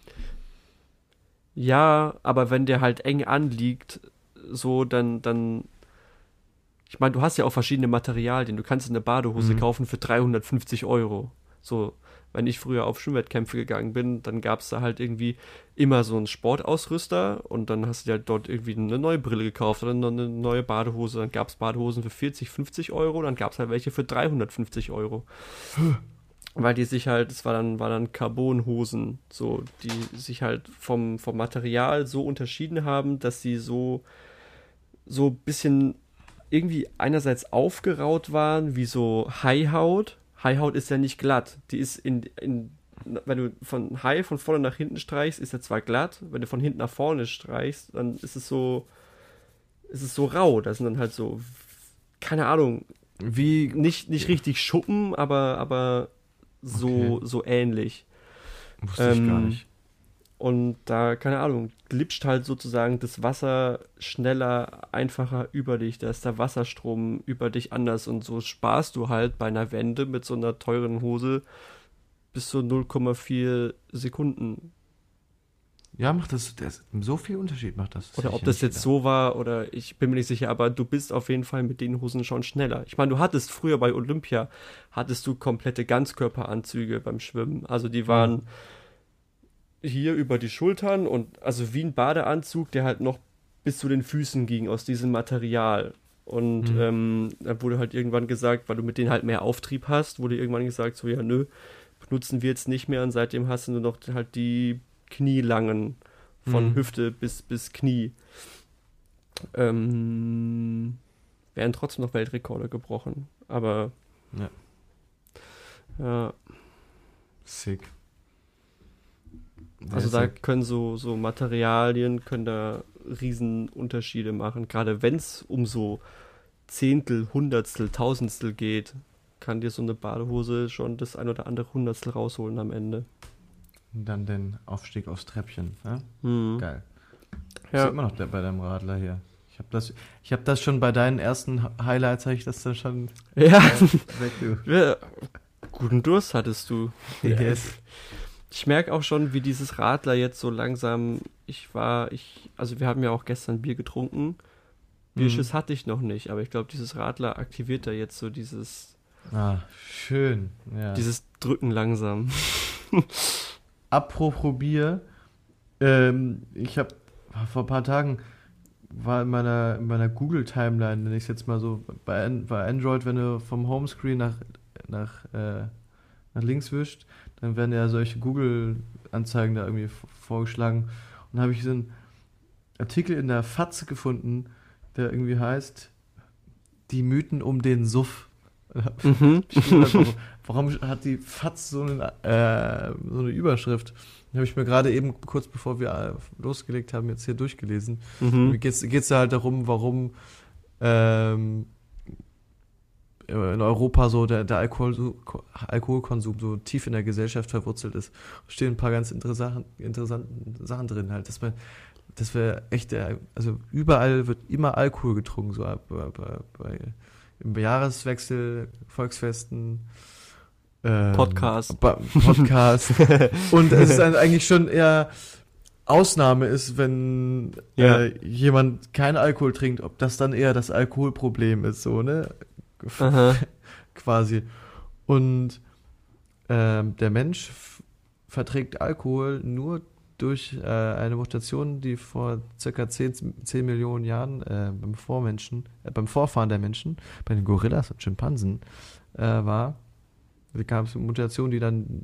Ja, aber wenn der halt eng anliegt, so dann ich meine, du hast ja auch verschiedene Materialien. Du kannst eine Badehose kaufen für 350 €. So, wenn ich früher auf Schwimmwettkämpfe gegangen bin, dann gab es da halt irgendwie immer so einen Sportausrüster und dann hast du dir halt dort irgendwie eine neue Brille gekauft oder eine neue Badehose. Dann gab es Badehosen für 40, 50 €, dann gab es halt welche für 350 €. Weil die sich halt, das war dann Carbonhosen, so, die sich halt vom Material so unterschieden haben, dass sie so ein bisschen irgendwie einerseits aufgeraut waren, wie so Haihaut. Haihaut ist ja nicht glatt. Die ist wenn du von vorne nach hinten streichst, ist er zwar glatt, wenn du von hinten nach vorne streichst, dann ist es so rau. Das sind dann halt so, keine Ahnung, wie nicht richtig Schuppen, aber so ähnlich. Wusste ich gar nicht. Und da, keine Ahnung, glitscht halt sozusagen das Wasser schneller, einfacher über dich. Da ist der Wasserstrom über dich anders und so sparst du halt bei einer Wende mit so einer teuren Hose bis zu 0,4 Sekunden. Ja, macht das, so viel Unterschied macht das. Oder ob das jetzt so war, oder ich bin mir nicht sicher, aber du bist auf jeden Fall mit den Hosen schon schneller. Ich meine, du hattest früher bei Olympia, hattest du komplette Ganzkörperanzüge beim Schwimmen. Also die waren hier über die Schultern und also wie ein Badeanzug, der halt noch bis zu den Füßen ging aus diesem Material. Und da wurde halt irgendwann gesagt, weil du mit denen halt mehr Auftrieb hast, wurde irgendwann gesagt, so ja, nö, benutzen wir jetzt nicht mehr und seitdem hast du nur noch halt die knielangen von Hüfte bis Knie. Werden trotzdem noch Weltrekorde gebrochen, aber ja. Sick. Also da können so Materialien können da Riesenunterschiede machen. Gerade wenn es um so Zehntel, Hundertstel, Tausendstel geht, kann dir so eine Badehose schon das ein oder andere Hundertstel rausholen am Ende. Und dann den Aufstieg aufs Treppchen. Ne? Geil. Ja. Ist immer noch bei deinem Radler hier. Ich hab das schon bei deinen ersten Highlights, habe ich das dann schon weg, du. Ja. Guten Durst hattest du. Yes. Ich merke auch schon, wie dieses Radler jetzt so langsam, also wir haben ja auch gestern Bier getrunken. Bierschiss hatte ich noch nicht, aber ich glaube, dieses Radler aktiviert da jetzt so dieses... schön. Ja. Dieses Drücken langsam. Apropos Bier, ich habe vor ein paar Tagen war in meiner Google-Timeline, nenne ich es jetzt mal so, bei Android, wenn du vom Homescreen nach links wischt, dann werden ja solche Google-Anzeigen da irgendwie vorgeschlagen. Und dann habe ich so einen Artikel in der FAZ gefunden, der irgendwie heißt, die Mythen um den Suff. Warum hat die FAZ so eine Überschrift? Die habe ich mir gerade eben, kurz bevor wir losgelegt haben, jetzt hier durchgelesen. Mir geht's da halt darum, warum in Europa so der Alkoholkonsum so tief in der Gesellschaft verwurzelt ist. Da stehen ein paar ganz interessante Sachen drin halt, dass wir echt, also überall wird immer Alkohol getrunken, so im Jahreswechsel, Volksfesten, Podcast. Und es ist eigentlich schon eher Ausnahme ist, wenn jemand keinen Alkohol trinkt, ob das dann eher das Alkoholproblem ist, so, ne? Quasi. Und der Mensch verträgt Alkohol nur durch eine Mutation, die vor circa 10 Millionen Jahren beim Vorfahren der Menschen, bei den Gorillas und Schimpansen war. Da gab es eine Mutation, die dann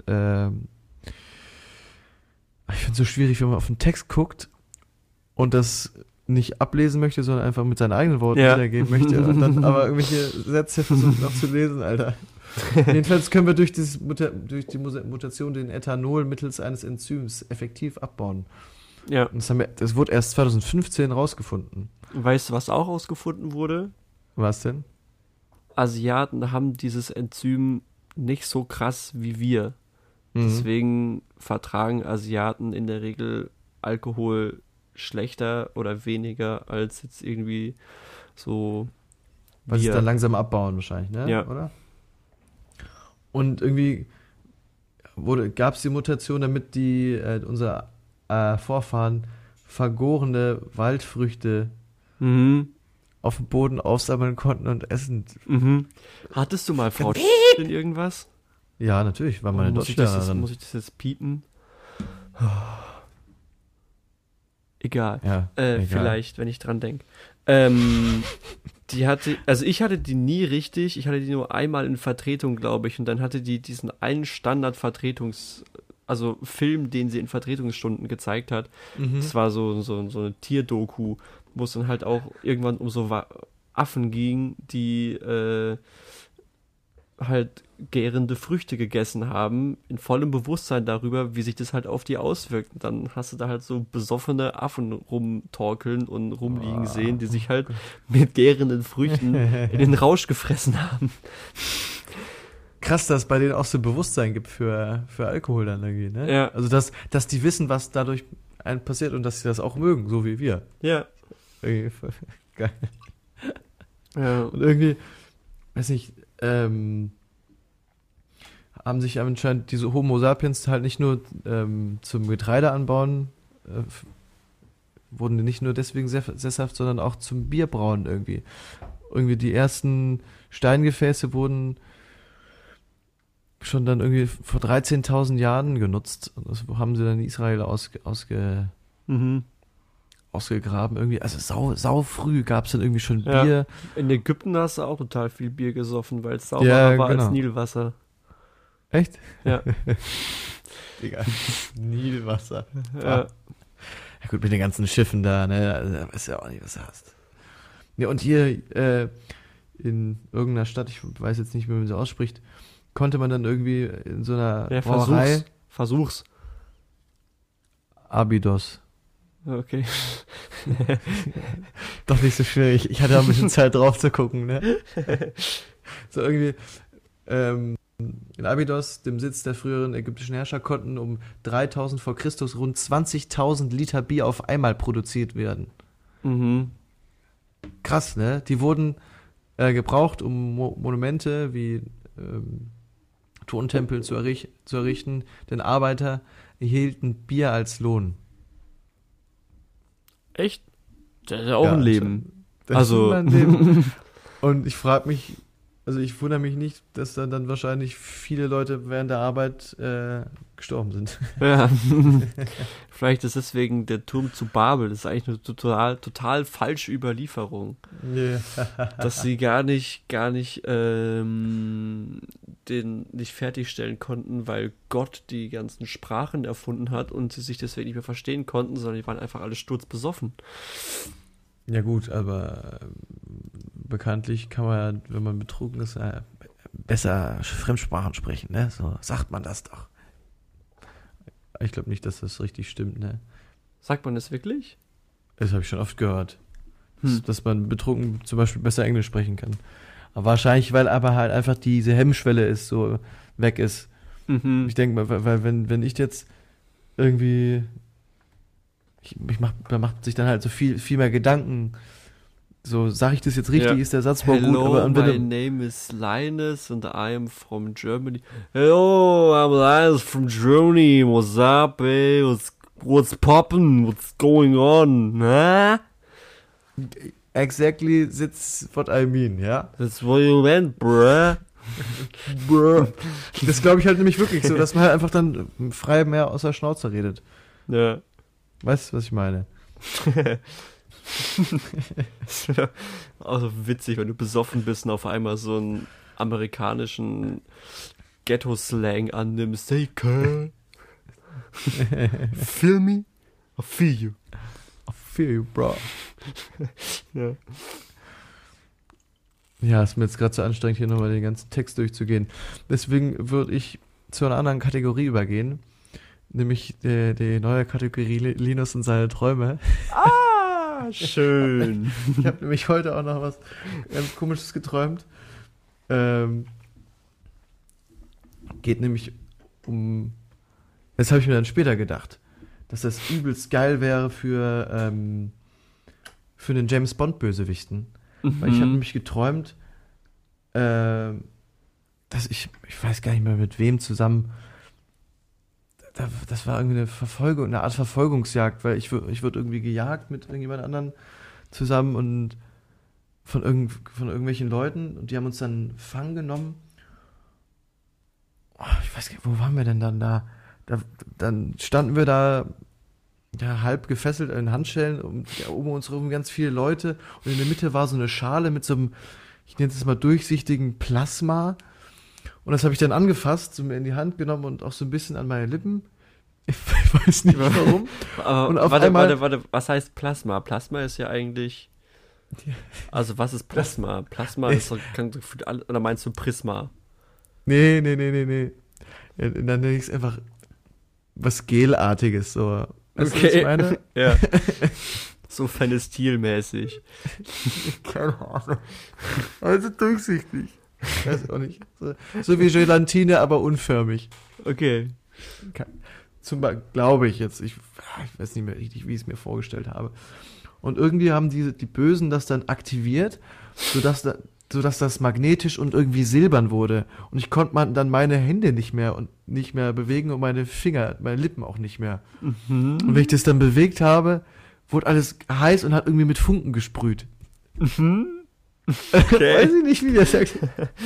ich finde es so schwierig, wenn man auf den Text guckt und das nicht ablesen möchte, sondern einfach mit seinen eigenen Worten wiedergeben möchte und dann aber irgendwelche Sätze versucht noch zu lesen, Alter. Jedenfalls können wir durch die Mutation den Ethanol mittels eines Enzyms effektiv abbauen. Ja. Und das wurde erst 2015 rausgefunden. Weißt du, was auch rausgefunden wurde? Was denn? Asiaten haben dieses Enzym nicht so krass wie wir. Deswegen vertragen Asiaten in der Regel Alkohol schlechter oder weniger als jetzt irgendwie so. Weil sie dann langsam abbauen wahrscheinlich, ne? Ja. Oder? Und irgendwie gab es die Mutation, damit unsere Vorfahren vergorene Waldfrüchte auf dem Boden aufsammeln konnten und essen. Hattest du mal Frau in irgendwas? Ja, natürlich, war meine Deutschlehrerin. Muss ich das jetzt piepen? Egal. Ja, egal. Vielleicht, wenn ich dran denke. Ich hatte die nie richtig, ich hatte die nur einmal in Vertretung, glaube ich, und dann hatte die diesen einen Film, den sie in Vertretungsstunden gezeigt hat. Das war so eine Tierdoku, wo es dann halt auch irgendwann um so Affen ging, die halt gärende Früchte gegessen haben, in vollem Bewusstsein darüber, wie sich das halt auf die auswirkt. Und dann hast du da halt so besoffene Affen rumtorkeln und rumliegen sehen, die sich halt mit gärenden Früchten in den Rausch gefressen haben. Krass, dass es bei denen auch so Bewusstsein gibt für Alkohol dann irgendwie, ne? Ja. Also, dass die wissen, was dadurch einem passiert und dass sie das auch mögen, so wie wir. Ja. Geil. Ja. Und irgendwie, weiß nicht, habe haben sich anscheinend diese Homo sapiens halt nicht nur zum Getreideanbauen, wurden nicht nur deswegen sesshaft, sondern auch zum Bierbrauen irgendwie. Irgendwie die ersten Steingefäße wurden schon dann irgendwie vor 13.000 Jahren genutzt. Und das haben sie dann in Israel ausgegraben irgendwie. Also sau früh gab es dann irgendwie schon Bier. Ja. In Ägypten hast du auch total viel Bier gesoffen, weil es sauberer war als Nilwasser. Echt? Ja. Digga, Nilwasser. Ja. Ja gut, mit den ganzen Schiffen da, ne? Also, da weißt du ja auch nicht, was du hast. Ja, und hier in irgendeiner Stadt, ich weiß jetzt nicht mehr, wie man sie ausspricht, konnte man dann irgendwie in so einer Brauerei... Versuch's. Abydos. Okay. Doch nicht so schwierig. Ich hatte auch ein bisschen Zeit drauf zu gucken, ne? So irgendwie... in Abydos, dem Sitz der früheren ägyptischen Herrscher, konnten um 3000 vor Christus rund 20.000 Liter Bier auf einmal produziert werden. Mhm. Krass, ne? Die wurden gebraucht, um Monumente wie Tontempel zu errichten, denn Arbeiter erhielten Bier als Lohn. Echt? Das ist ja auch ein Leben. Das ist ein Leben. Und ich frage mich, also ich wundere mich nicht, dass dann wahrscheinlich viele Leute während der Arbeit gestorben sind. Ja. Vielleicht ist deswegen der Turm zu Babel. Das ist eigentlich eine total falsche Überlieferung. Yeah. Dass sie gar nicht den nicht fertigstellen konnten, weil Gott die ganzen Sprachen erfunden hat und sie sich deswegen nicht mehr verstehen konnten, sondern die waren einfach alle sturzbesoffen. Ja gut, aber bekanntlich kann man ja, wenn man betrunken ist, besser Fremdsprachen sprechen, ne? So sagt man das doch. Ich glaube nicht, dass das richtig stimmt, ne? Sagt man das wirklich? Das habe ich schon oft gehört. Dass man betrunken zum Beispiel besser Englisch sprechen kann. Aber wahrscheinlich, weil aber halt einfach diese Hemmschwelle ist, so weg ist. Mhm. Ich denke mal, weil wenn ich jetzt irgendwie man macht sich dann halt so viel mehr Gedanken. So, sag ich das jetzt richtig? Ja. Ist der Satzbau Hello, gut? Aber my name is Linus and I am from Germany. Hello, I'm Linus from Germany. What's up, ey? What's poppin'? What's going on? Huh? Exactly, that's what I mean, ja? That's what you meant, bruh. Bruh. Das glaube ich halt nämlich wirklich so, dass man halt einfach dann frei mehr aus der Schnauze redet. Ja. Weißt du, was ich meine? Das wäre auch so witzig, wenn du besoffen bist und auf einmal so einen amerikanischen Ghetto-Slang annimmst. Hey, Kerl. Feel me? I feel you. I feel you, bro. Ja. Ja, ist mir jetzt gerade so anstrengend, hier nochmal den ganzen Text durchzugehen. Deswegen würde ich zu einer anderen Kategorie übergehen. Nämlich die neue Kategorie Linus und seine Träume. Ah, schön. Ich habe nämlich heute auch noch was ganz Komisches geträumt. Geht nämlich um... Das habe ich mir dann später gedacht. Dass das übelst geil wäre für einen James-Bond-Bösewichten. Weil ich habe nämlich geträumt, dass ich weiß gar nicht mehr mit wem zusammen... Das war irgendwie eine Art Verfolgungsjagd, weil ich wurde irgendwie gejagt mit irgendjemand anderen zusammen und von irgendwelchen Leuten und die haben uns dann gefangen genommen. Oh, ich weiß gar nicht, wo waren wir denn dann da? Dann standen wir da ja, halb gefesselt in Handschellen und ja, um uns herum ganz viele Leute und in der Mitte war so eine Schale mit so einem, ich nenne es mal durchsichtigen Plasma. Und das habe ich dann angefasst, so mir in die Hand genommen und auch so ein bisschen an meine Lippen. Ich weiß nicht warum. Aber und auf warte, was heißt Plasma? Plasma ist ja eigentlich... Also was ist Plasma? Plasma ist doch, oder meinst du Prisma? Nee. Ja, dann nenne ich es einfach was Gelartiges. So. Weißt du, was ich meine? Ja. So Phenestil-mäßig. Keine Ahnung. Also durchsichtig. Ich weiß auch nicht. So wie Gelatine, aber unförmig. Okay. Glaube ich jetzt. Ich weiß nicht mehr richtig, wie ich es mir vorgestellt habe. Und irgendwie haben die Bösen das dann aktiviert, sodass sodass das magnetisch und irgendwie silbern wurde. Und ich konnte dann meine Hände nicht mehr bewegen und meine Finger, meine Lippen auch nicht mehr. Und wenn ich das dann bewegt habe, wurde alles heiß und hat irgendwie mit Funken gesprüht. Okay. Weiß ich nicht, wie der sagt.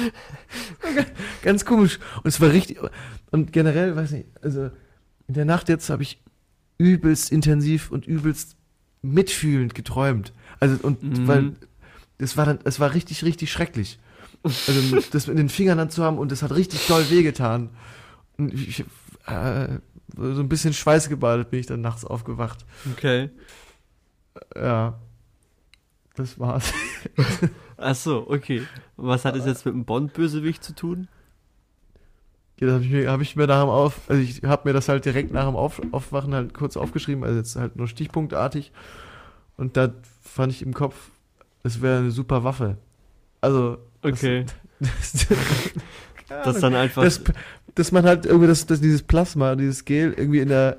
Ganz komisch. Und es war richtig, und generell, weiß nicht, also in der Nacht jetzt habe ich übelst intensiv und übelst mitfühlend geträumt. Also, und weil es war richtig, richtig schrecklich. Also, das in den Fingern dann zu haben und das hat richtig doll wehgetan. Und ich, so ein bisschen schweißgebadet bin ich dann nachts aufgewacht. Okay. Ja. Das war's. Ach so, okay. Und was hat es jetzt mit dem Bond-Bösewicht zu tun? Ja, das hab ich mir also ich habe mir das halt direkt nach dem Aufwachen halt kurz aufgeschrieben, also jetzt halt nur stichpunktartig. Und da fand ich im Kopf, es wäre eine super Waffe. Also. Okay. Das dann einfach. Dass man halt irgendwie dieses Plasma, dieses Gel irgendwie in der.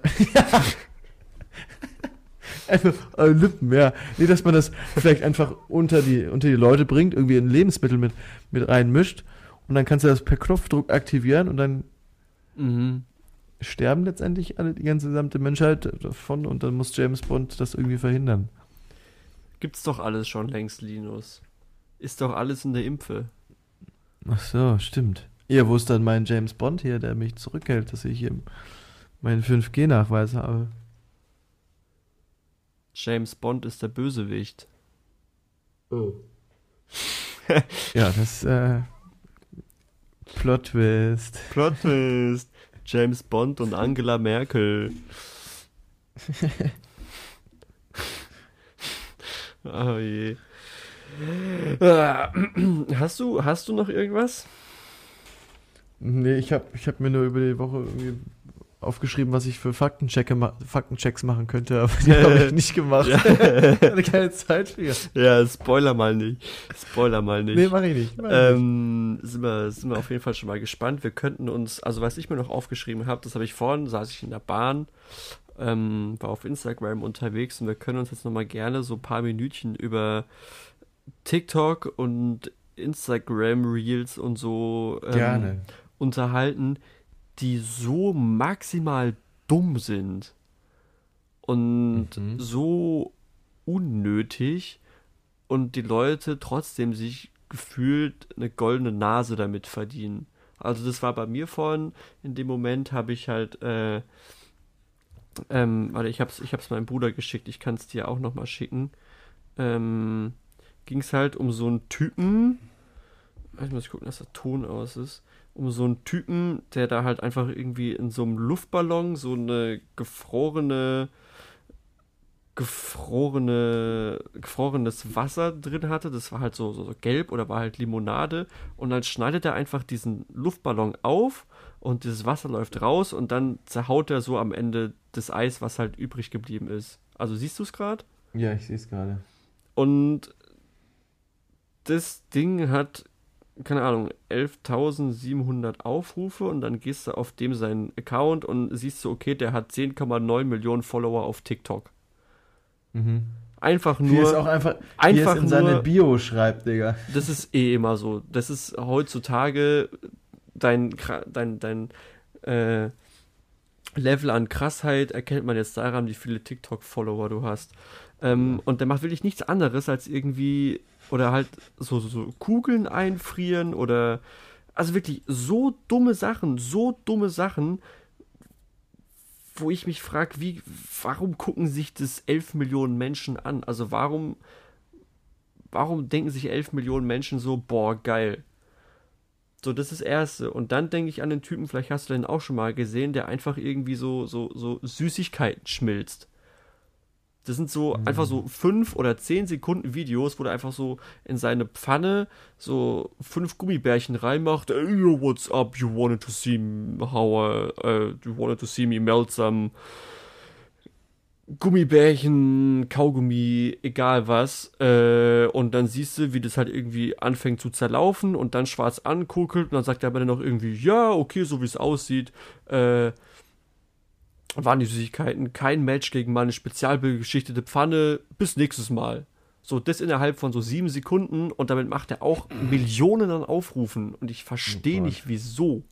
Einfach Lippen, ja. Nee, dass man das vielleicht einfach unter die Leute bringt, irgendwie in Lebensmittel mit reinmischt und dann kannst du das per Knopfdruck aktivieren und dann sterben letztendlich die ganze gesamte Menschheit davon und dann muss James Bond das irgendwie verhindern. Gibt's doch alles schon längst, Linus. Ist doch alles in der Impfe. Ach so, stimmt. Ja, wo ist dann mein James Bond hier, der mich zurückhält, dass ich hier meinen 5G-Nachweis habe? James Bond ist der Bösewicht. Oh. Ja, das Plot Twist. Plot Twist. James Bond und Angela Merkel. Oh je. Hast du noch irgendwas? Nee, ich hab mir nur über die Woche irgendwie aufgeschrieben, was ich für Faktenchecks machen könnte, aber die habe ich nicht gemacht. Ja. Ich hatte keine Zeit für. Ja, Spoiler mal nicht. Nee, mach ich nicht. Sind wir auf jeden Fall schon mal gespannt. Wir könnten uns, also was ich mir noch aufgeschrieben habe, das habe ich vorhin, saß ich in der Bahn, war auf Instagram unterwegs und wir können uns jetzt nochmal gerne so ein paar Minütchen über TikTok und Instagram Reels und so unterhalten, die so maximal dumm sind und so unnötig und die Leute trotzdem sich gefühlt eine goldene Nase damit verdienen. Also das war bei mir vorhin, in dem Moment habe ich halt warte, ich hab's meinem Bruder geschickt, ich kann es dir auch nochmal schicken. Ging es halt um so einen Typen, ich muss gucken, dass der Ton aus ist, um so einen Typen, der da halt einfach irgendwie in so einem Luftballon so eine gefrorenes Wasser drin hatte. Das war halt so gelb oder war halt Limonade. Und dann schneidet er einfach diesen Luftballon auf und dieses Wasser läuft raus und dann zerhaut er so am Ende das Eis, was halt übrig geblieben ist. Also siehst du es gerade? Ja, ich sehe es gerade. Und das Ding hat, keine Ahnung, 11.700 Aufrufe und dann gehst du auf dem seinen Account und siehst du, okay, der hat 10,9 Millionen Follower auf TikTok. Einfach nur. Wie es auch einfach wie es in seine Bio schreibt, Digga. Das ist eh immer so. Das ist heutzutage dein Level an Krassheit erkennt man jetzt daran, wie viele TikTok-Follower du hast. Und der macht wirklich nichts anderes als irgendwie, oder halt so Kugeln einfrieren oder, also wirklich so dumme Sachen, wo ich mich frage, warum gucken sich das 11 Millionen Menschen an? Also warum denken sich 11 Millionen Menschen so, boah, geil. So, das ist das Erste. Und dann denke ich an den Typen, vielleicht hast du den auch schon mal gesehen, der einfach irgendwie so Süßigkeiten schmilzt. Das sind so einfach so 5 oder 10 Sekunden Videos, wo der einfach so in seine Pfanne so 5 Gummibärchen reinmacht. Hey, what's up? You wanted to see me melt some Gummibärchen, Kaugummi, egal was. Und dann siehst du, wie das halt irgendwie anfängt zu zerlaufen und dann schwarz ankuckelt und dann sagt er aber dann noch irgendwie, ja, okay, so wie es aussieht, waren die Süßigkeiten kein Match gegen meine spezial beschichtete Pfanne. Bis nächstes Mal. So, das innerhalb von so 7 Sekunden und damit macht er auch Millionen an Aufrufen und ich verstehe nicht, wieso.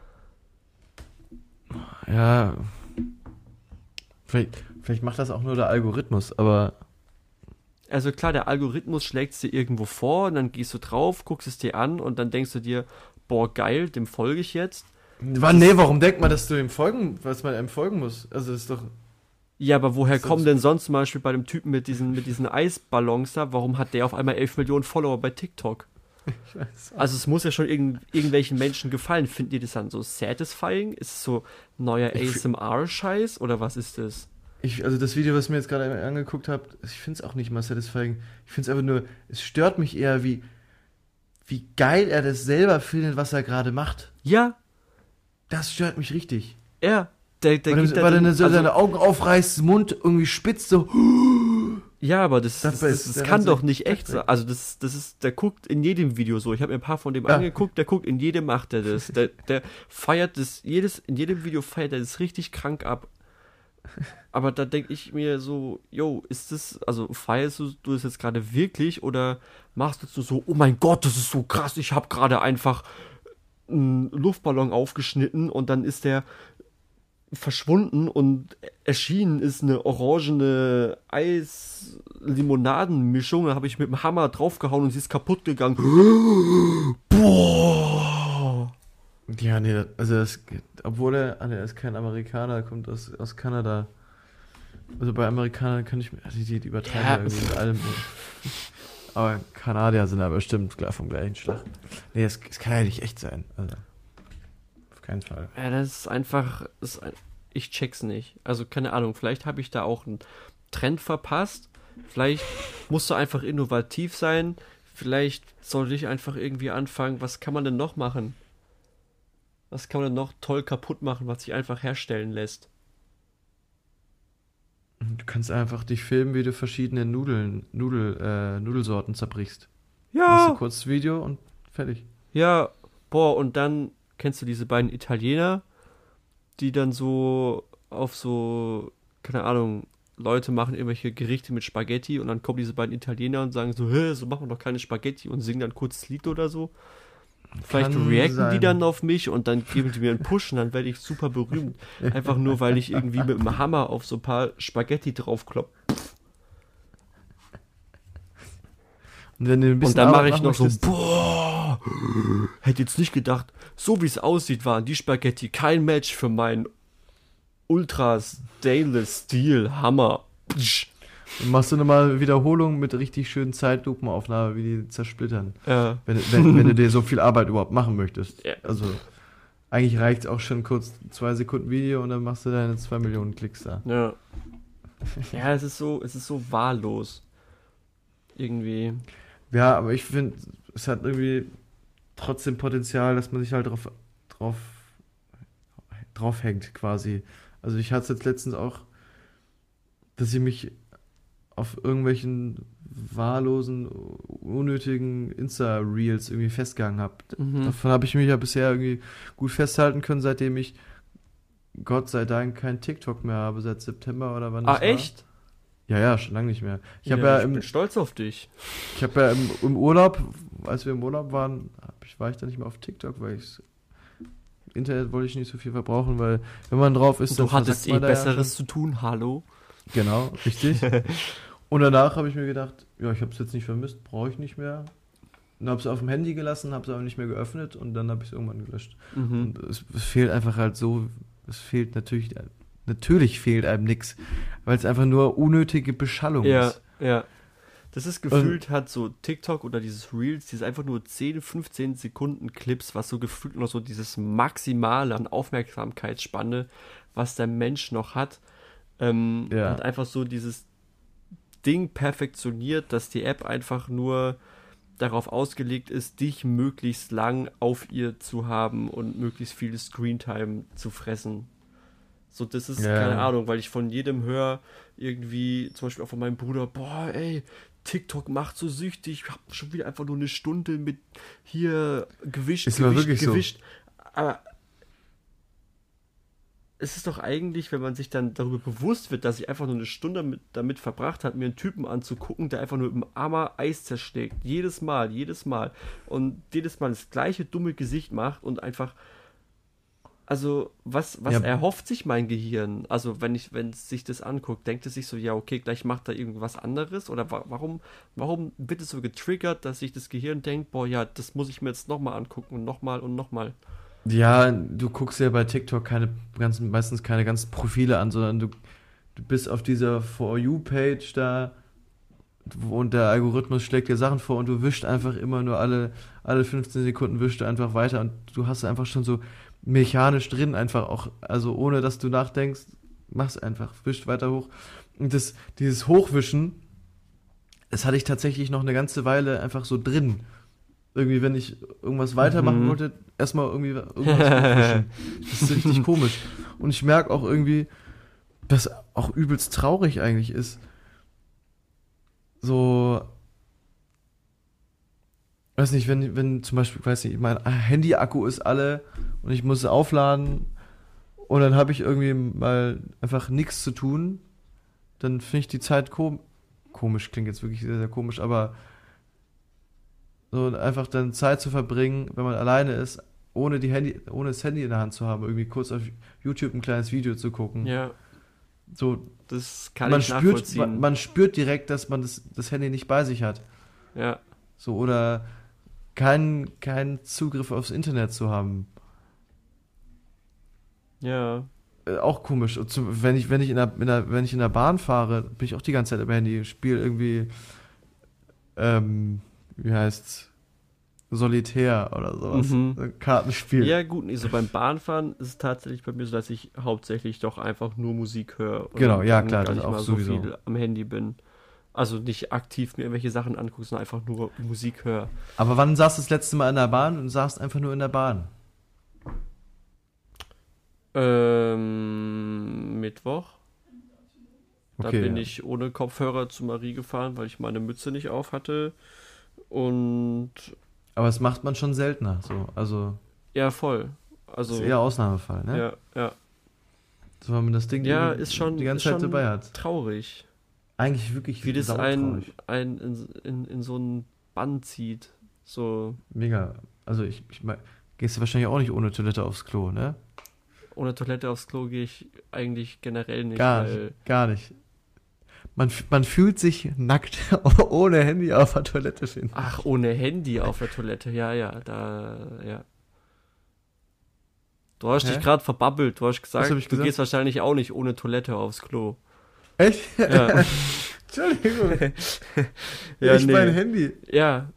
Ja, vielleicht macht das auch nur der Algorithmus, aber... Also klar, der Algorithmus schlägt es dir irgendwo vor und dann gehst du drauf, guckst es dir an und dann denkst du dir, boah, geil, dem folge ich jetzt. Warum denkt man, dass was man einem folgen muss? Also das ist doch... Ja, aber woher kommen denn sonst zum Beispiel bei dem Typen mit diesen Eisballons da, warum hat der auf einmal 11 Millionen Follower bei TikTok? Ich weiß auch. Also es muss ja schon irgendwelchen Menschen gefallen. Findet ihr das dann so satisfying? Ist es so neuer ASMR-Scheiß oder was ist das? Also das Video, was ich mir jetzt gerade angeguckt habe, ich finde es auch nicht mal satisfying. Ich finde es einfach nur, es stört mich eher, wie geil er das selber findet, was er gerade macht. Ja. Das stört mich richtig. Ja. Weil er seine Augen aufreißt, Mund irgendwie spitzt, so. Ja, aber das kann doch nicht echt sein. Also der guckt in jedem Video so. Ich habe mir ein paar von dem angeguckt, der guckt, in jedem macht er das. Der feiert das, in jedem Video feiert er das richtig krank ab. Aber da denke ich mir so, feierst du das jetzt gerade wirklich oder machst du so, oh mein Gott, das ist so krass, ich habe gerade einfach einen Luftballon aufgeschnitten und dann ist der verschwunden und erschienen ist eine orangene Eis-Limonaden-Mischung. Da habe ich mit dem Hammer draufgehauen und sie ist kaputt gegangen. Boah! Ja, nee, also obwohl er ist kein Amerikaner, kommt aus Kanada. Also bei Amerikanern kann ich die übertreiben ja irgendwie mit allem. Aber Kanadier sind aber bestimmt gleich vom gleichen Schlag. Nee, es kann ja nicht echt sein. Also, auf keinen Fall. Ja, das ist einfach, ich check's nicht. Also keine Ahnung, vielleicht habe ich da auch einen Trend verpasst. Vielleicht musst du einfach innovativ sein. Vielleicht sollte ich einfach irgendwie anfangen, was kann man denn noch machen? Was kann man denn noch toll kaputt machen, was sich einfach herstellen lässt? Du kannst einfach dich filmen, wie du verschiedene Nudelsorten zerbrichst. Ja. Machst du kurz das Video und fertig. Ja, boah, und dann kennst du diese beiden Italiener, die dann so auf so, keine Ahnung, Leute machen irgendwelche Gerichte mit Spaghetti und dann kommen diese beiden Italiener und sagen so, so machen wir doch keine Spaghetti und singen dann kurz das Lied oder so. Vielleicht reacten die dann auf mich und dann geben die mir einen Push und dann werde ich super berühmt. Einfach nur, weil ich irgendwie mit dem Hammer auf so ein paar Spaghetti draufklopp. Und dann mache ich noch so, boah, hätte jetzt nicht gedacht, so wie es aussieht, waren die Spaghetti kein Match für meinen Ultra Stainless Steel Hammer. Dann machst du nochmal Wiederholung mit richtig schönen Zeitlupenaufnahme, wie die zersplittern. Ja. Wenn du dir so viel Arbeit überhaupt machen möchtest. Ja. Also, eigentlich reicht es auch schon kurz 2 Sekunden Video und dann machst du deine 2 Millionen Klicks da. Ja. Ja, es ist so wahllos. Irgendwie. Ja, aber ich finde, es hat irgendwie trotzdem Potenzial, dass man sich halt drauf hängt, quasi. Also ich hatte es jetzt letztens auch, dass ich mich auf irgendwelchen wahllosen, unnötigen Insta-Reels irgendwie festgehangen habe. Mhm. Davon habe ich mich ja bisher irgendwie gut festhalten können, seitdem ich Gott sei Dank kein TikTok mehr habe, seit September oder wann das war. Echt? Ja, schon lange nicht mehr. Ich bin stolz auf dich. Ich habe ja im Urlaub, als wir im Urlaub waren, war ich da nicht mehr auf TikTok, weil Internet wollte ich nicht so viel verbrauchen, weil wenn man drauf ist, dann du hattest Besseres zu tun, hallo? Genau, richtig. Und danach habe ich mir gedacht, ja, ich habe es jetzt nicht vermisst, brauche ich nicht mehr. Und habe es auf dem Handy gelassen, habe es aber nicht mehr geöffnet und dann habe ich es irgendwann gelöscht. Mhm. Und es fehlt einfach halt so, natürlich fehlt einem nichts, weil es einfach nur unnötige Beschallung ist. Ja. Das ist gefühlt, hat so TikTok oder dieses Reels, dieses einfach nur 10, 15 Sekunden Clips, was so gefühlt noch so dieses Maximale an Aufmerksamkeitsspanne, was der Mensch noch hat, hat einfach so dieses Ding perfektioniert, dass die App einfach nur darauf ausgelegt ist, dich möglichst lang auf ihr zu haben und möglichst viel Screentime zu fressen. So, das ist, keine Ahnung, weil ich von jedem höre, irgendwie, zum Beispiel auch von meinem Bruder, boah, ey, TikTok macht so süchtig, ich hab schon wieder einfach nur eine Stunde mit hier gewischt. So. Aber es ist doch eigentlich, wenn man sich dann darüber bewusst wird, dass ich einfach nur eine Stunde damit verbracht habe, mir einen Typen anzugucken, der einfach nur im Armer Eis zerschlägt. Jedes Mal. Und jedes Mal das gleiche dumme Gesicht macht und einfach, also, was erhofft sich mein Gehirn? Also, wenn es sich das anguckt, denkt es sich so, ja, okay, gleich macht er irgendwas anderes? Oder warum wird es so getriggert, dass sich das Gehirn denkt, boah, ja, das muss ich mir jetzt nochmal angucken und nochmal und nochmal? Ja, du guckst ja bei TikTok meistens keine ganzen Profile an, sondern du bist auf dieser For You-Page da und der Algorithmus schlägt dir Sachen vor und du wischst einfach immer nur alle 15 Sekunden wischst du einfach weiter und du hast einfach schon so mechanisch drin einfach auch, also ohne dass du nachdenkst, machst einfach, wischt weiter hoch. Und dieses Hochwischen, das hatte ich tatsächlich noch eine ganze Weile einfach so drin. Irgendwie, wenn ich irgendwas weitermachen wollte, erstmal irgendwie irgendwas hochwischen. Das ist richtig komisch. Und ich merke auch irgendwie, dass auch übelst traurig eigentlich ist. So, weiß nicht, wenn zum Beispiel, weiß nicht, mein Handy-Akku ist alle und ich muss es aufladen und dann habe ich irgendwie mal einfach nichts zu tun, dann finde ich die Zeit komisch, klingt jetzt wirklich sehr, sehr komisch, aber so einfach dann Zeit zu verbringen, wenn man alleine ist, ohne das Handy in der Hand zu haben, irgendwie kurz auf YouTube ein kleines Video zu gucken. Ja. So, das kann ich nachvollziehen. Man spürt direkt, dass man das Handy nicht bei sich hat. Ja. So, oder keinen Zugriff aufs Internet zu haben. Ja. Auch komisch. Und wenn ich in der Bahn fahre, bin ich auch die ganze Zeit am Handy, spiele irgendwie wie heißt's? Solitär oder sowas. Ein Kartenspiel. Ja, gut, so beim Bahnfahren ist es tatsächlich bei mir so, dass ich hauptsächlich doch einfach nur Musik höre. Genau, ja, klar, gar das nicht auch mal sowieso. so viel am Handy bin. Also nicht aktiv mir irgendwelche Sachen angucke, sondern einfach nur Musik höre. Aber wann saßt du das letzte Mal in der Bahn und saßt einfach nur in der Bahn? Mittwoch. Da Okay, bin ich ohne Kopfhörer zu Marie gefahren, weil ich meine Mütze nicht auf hatte. Und aber das macht man schon seltener. So. Also, ja, voll. Also, das ist eher Ausnahmefall, ne? Ja, ja. So, wenn man das Ding ist schon, die ganze Zeit dabei hat. Traurig. Eigentlich wirklich wie das sautraurig. in so ein Bann zieht. So. Mega. Also ich meine, gehst du wahrscheinlich auch nicht ohne Toilette aufs Klo, ne? Ohne Toilette aufs Klo gehe ich eigentlich generell nicht. Gar nicht. Man fühlt sich nackt ohne Handy auf der Toilette, finde ich. Ach, ohne Handy auf der Toilette, ja. Du hast dich gerade verbabbelt, du hast gesagt, du gehst wahrscheinlich auch nicht ohne Toilette aufs Klo. Echt? Ja. Entschuldigung. Ja, mein Handy. Ja.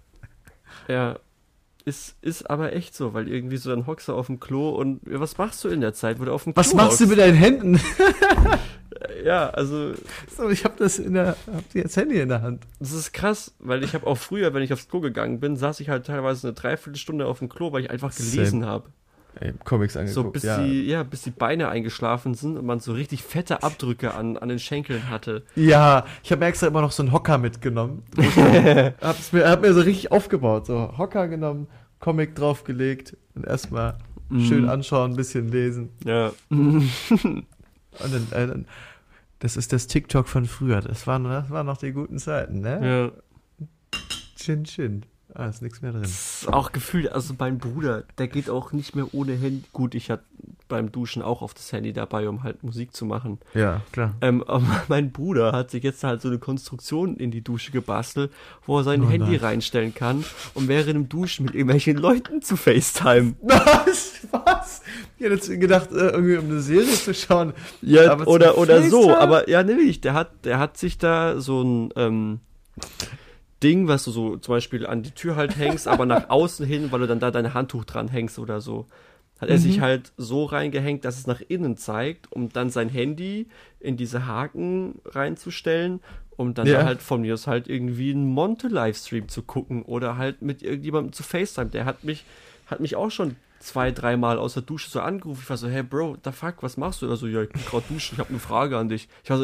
Ist aber echt so, weil irgendwie so dann hockst du auf dem Klo und was machst du in der Zeit, wo du auf dem Klo Was machst du mit deinen Händen? Ja, also so, ich habe das Handy in der Hand. Das ist krass, weil ich habe auch früher, wenn ich aufs Klo gegangen bin, saß ich halt teilweise eine Dreiviertelstunde auf dem Klo, weil ich einfach gelesen habe. Comics angeguckt, so bis die Beine eingeschlafen sind und man so richtig fette Abdrücke an den Schenkeln hatte. Ja, ich habe mir extra immer noch so einen Hocker mitgenommen. hab mir so richtig aufgebaut, so Hocker genommen, Comic draufgelegt und erstmal schön anschauen, ein bisschen lesen. Ja. Und dann, das ist das TikTok von früher. Das waren noch die guten Zeiten, ne? Ja. Chin. Ist nichts mehr drin. Das ist auch gefühlt, also mein Bruder, der geht auch nicht mehr ohne Handy. Gut, ich hatte beim Duschen auch auf das Handy dabei, um halt Musik zu machen. Ja, klar. Aber mein Bruder hat sich jetzt halt so eine Konstruktion in die Dusche gebastelt, wo er sein Handy reinstellen kann, um während dem Duschen mit irgendwelchen Leuten zu FaceTime. Was? Ich hätte gedacht, irgendwie um eine Serie zu schauen. Ja, aber oder so. Aber ja, nämlich, der hat sich da so ein Ding, was du so zum Beispiel an die Tür halt hängst, aber nach außen hin, weil du dann da dein Handtuch dran hängst oder so. Hat er sich halt so reingehängt, dass es nach innen zeigt, um dann sein Handy in diese Haken reinzustellen, um dann da halt von mir aus halt irgendwie einen Monte-Livestream zu gucken oder halt mit irgendjemandem zu FaceTime. Der hat mich auch schon 2-3 Mal aus der Dusche so angerufen. Ich war so, hey Bro, the fuck, was machst du? Er so, ja, ich bin gerade duschen, ich habe eine Frage an dich. Ich war so,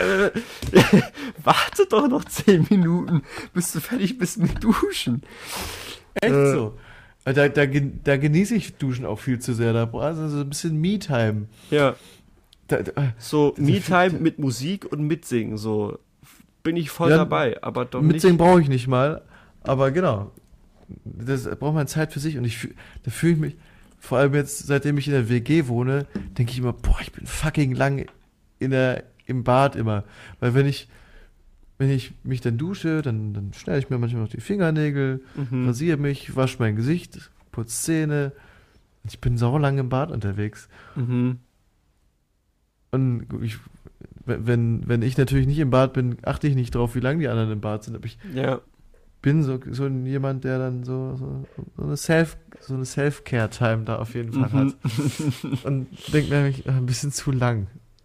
warte doch noch 10 Minuten, bis du fertig bist mit Duschen. Echt so? Da genieße ich Duschen auch viel zu sehr. Da also so ein bisschen Me-Time. Ja. So Me-Time mit Musik und Mitsingen, so bin ich voll dabei, aber doch mitsingen brauche ich nicht mal, aber genau. Das braucht man Zeit für sich und da fühle ich mich, vor allem jetzt, seitdem ich in der WG wohne, denke ich immer, boah, ich bin fucking lang im Bad immer. Weil wenn ich mich dann dusche, dann schneide ich mir manchmal noch die Fingernägel, rasiere mich, wasche mein Gesicht, putze Zähne. Ich bin saulang im Bad unterwegs. Mhm. Und wenn ich natürlich nicht im Bad bin, achte ich nicht drauf, wie lange die anderen im Bad sind. Aber ich bin so jemand, der dann so eine Self-Care-Time da auf jeden Fall hat. Und denkt nämlich, ein bisschen zu lang.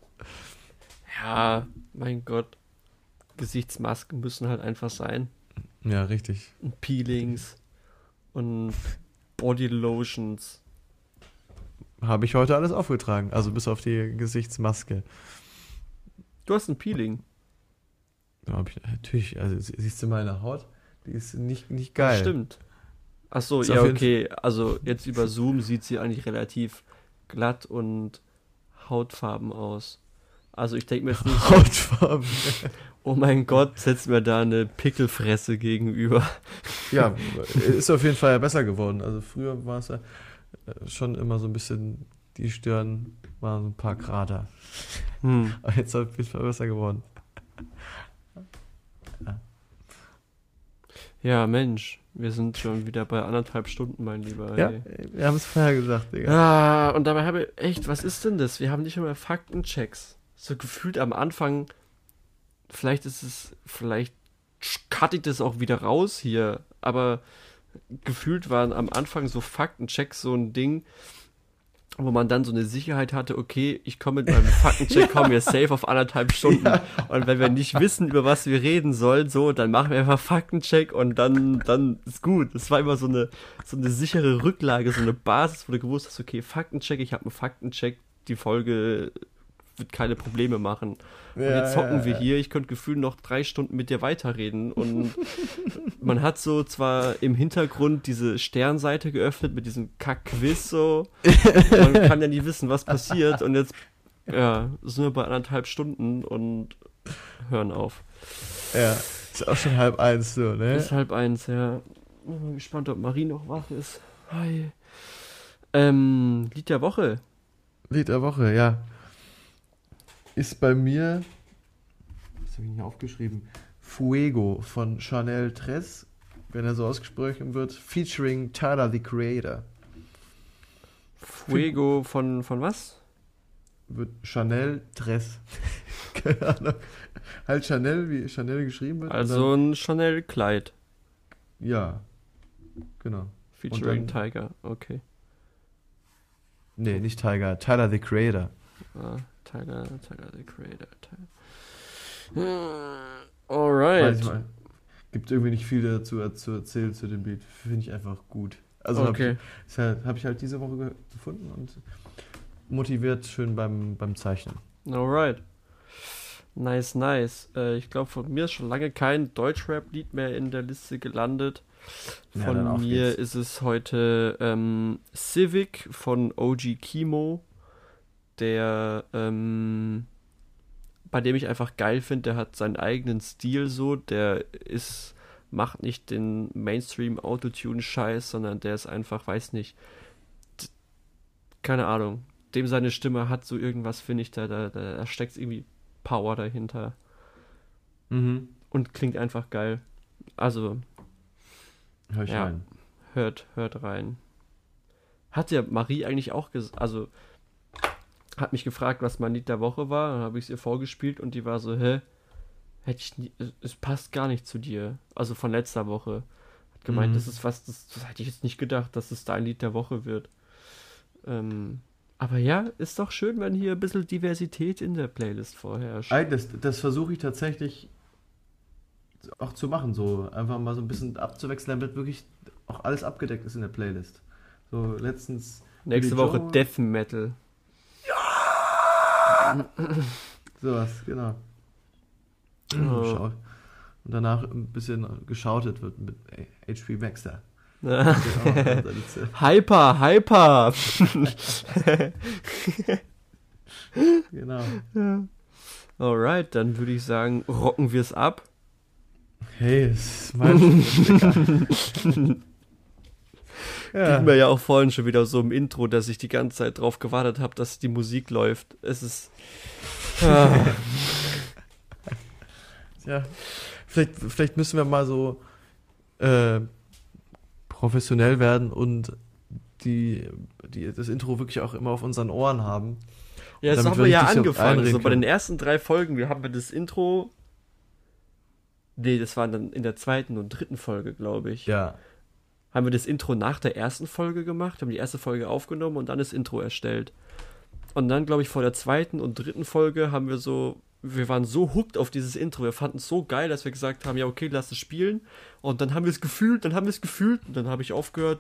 Ja, mein Gott. Gesichtsmasken müssen halt einfach sein. Ja, richtig. Und Peelings und Bodylotions. Habe ich heute alles aufgetragen, also bis auf die Gesichtsmaske. Du hast ein Peeling. Ja, natürlich, also siehst du meine Haut? Die ist nicht geil. Das stimmt. Ach so, ja, okay. Also jetzt über Zoom sieht sie eigentlich relativ glatt und hautfarben aus. Also ich denke mir jetzt nicht... Hautfarben. Oh mein Gott, setzt mir da eine Pickelfresse gegenüber. Ja, ist auf jeden Fall besser geworden. Also früher war es ja schon immer so ein bisschen, die Stirn waren so ein paar Krater. Aber jetzt ist es auf jeden Fall besser geworden. Ja, Mensch, wir sind schon wieder bei 1,5 Stunden, mein Lieber. Ja, wir haben es vorher gesagt, Digga. Ah, und dabei habe ich echt, was ist denn das? Wir haben nicht mehr Faktenchecks. So gefühlt am Anfang, vielleicht cutte ich das auch wieder raus hier, aber gefühlt waren am Anfang so Faktenchecks so ein Ding, wo man dann so eine Sicherheit hatte, okay, ich komme mit meinem Faktencheck, kommen wir safe auf 1,5 Stunden. Ja. Und wenn wir nicht wissen, über was wir reden sollen, so, dann machen wir einfach Faktencheck und dann ist gut. Das war immer so eine sichere Rücklage, so eine Basis, wo du gewusst hast, okay, Faktencheck, ich habe einen Faktencheck, die Folge wird keine Probleme machen. Und jetzt hocken wir hier, ich könnte gefühlt noch 3 Stunden mit dir weiterreden und man hat so zwar im Hintergrund diese Sternseite geöffnet mit diesem Kack-Quiz so, man kann ja nie wissen, was passiert und jetzt sind wir bei 1,5 Stunden und hören auf. Ja, ist auch schon 12:30 so, ne? Ist 12:30, ja. Ich bin gespannt, ob Marie noch wach ist. Hi. Lied der Woche. Lied der Woche, ja. Ist bei mir, was habe ich hier aufgeschrieben? Fuego von Chanel Tres, wenn er so ausgesprochen wird, featuring Tyler, the Creator. Fuego von was? Wird Chanel Tres. Keine Ahnung. Halt Chanel, wie Chanel geschrieben wird. Also ein Chanel-Kleid. Ja, genau. Featuring Tiger, okay. Nee, nicht Tiger, Tyler, the Creator. Tyler, the Creator. Alright. Gibt irgendwie nicht viel dazu erzählen zu dem Beat. Finde ich einfach gut. Also okay. Hab ich halt diese Woche gefunden und motiviert schön beim Zeichnen. Alright. Nice. Ich glaube, von mir ist schon lange kein Deutschrap-Lied mehr in der Liste gelandet. Von mir ist es heute Civic von OG Kimo, der bei dem ich einfach geil finde, der hat seinen eigenen Stil so, macht nicht den Mainstream-Autotune-Scheiß, sondern der ist einfach, weiß nicht, keine Ahnung, dem seine Stimme hat so irgendwas, finde ich, da steckt irgendwie Power dahinter. Und klingt einfach geil. Also, hör ich rein. Hört rein. Hat ja Marie eigentlich auch also hat mich gefragt, was mein Lied der Woche war, dann habe ich es ihr vorgespielt und die war so, es passt gar nicht zu dir. Also von letzter Woche. Hat gemeint, das ist was, das hätte ich jetzt nicht gedacht, dass es dein Lied der Woche wird. Aber ja, ist doch schön, wenn hier ein bisschen Diversität in der Playlist vorherrscht. Das versuche ich tatsächlich auch zu machen, so einfach mal so ein bisschen abzuwechseln, damit wirklich auch alles abgedeckt ist in der Playlist. So letztens... Nächste Woche Death Metal. Sowas, genau. Und danach ein bisschen geschautet wird mit HP Baxter. Hyper. Genau. Alright, dann würde ich sagen, rocken wir es ab. Hey, das ist mein Ja. Ging mir ja auch vorhin schon wieder so im Intro, dass ich die ganze Zeit drauf gewartet habe, dass die Musik läuft. Es ist... Ja, vielleicht müssen wir mal so professionell werden und das Intro wirklich auch immer auf unseren Ohren haben. Ja, das haben wir ja angefangen. So bei den ersten 3 Folgen, haben wir das Intro... Nee, das war dann in der 2. und 3. Folge, glaube ich. Ja. Haben wir das Intro nach der ersten Folge gemacht, haben die erste Folge aufgenommen und dann das Intro erstellt. Und dann, glaube ich, vor der 2. und 3. Folge wir waren so hooked auf dieses Intro, wir fanden es so geil, dass wir gesagt haben, ja okay, lass es spielen. Und dann haben wir es gefühlt, und dann habe ich aufgehört.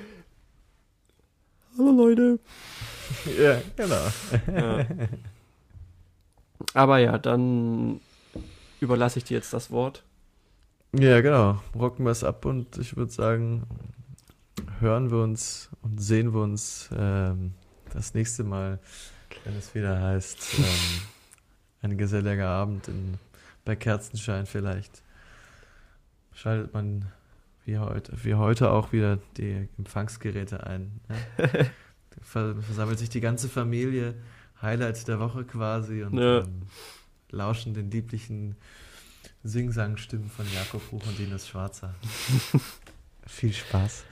Hallo Leute. Ja, genau. Ja. Aber ja, dann überlasse ich dir jetzt das Wort. Ja, genau. Rocken wir es ab und ich würde sagen, hören wir uns und sehen wir uns das nächste Mal, wenn es wieder heißt, ein geselliger Abend bei Kerzenschein vielleicht. Schaltet man wie heute auch wieder die Empfangsgeräte ein. Ne? Versammelt sich die ganze Familie, Highlight der Woche quasi und lauschen den lieblichen Sing-Sang-Stimmen von Jakob Buch und Linus Schwarzer. Viel Spaß.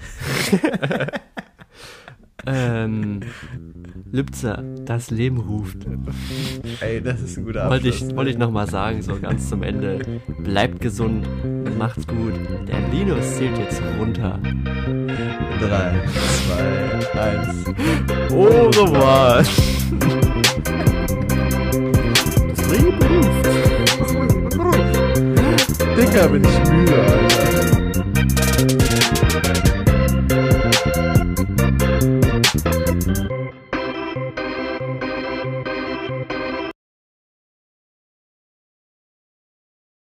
Lübzer, das Leben ruft. Ey, das ist ein guter Abschluss. Wollte ich nochmal sagen, so ganz zum Ende. Bleibt gesund und macht's gut. Der Linus zählt jetzt runter. 3, 2, 1. Au revoir. Dicker, bin ich müde, Alter.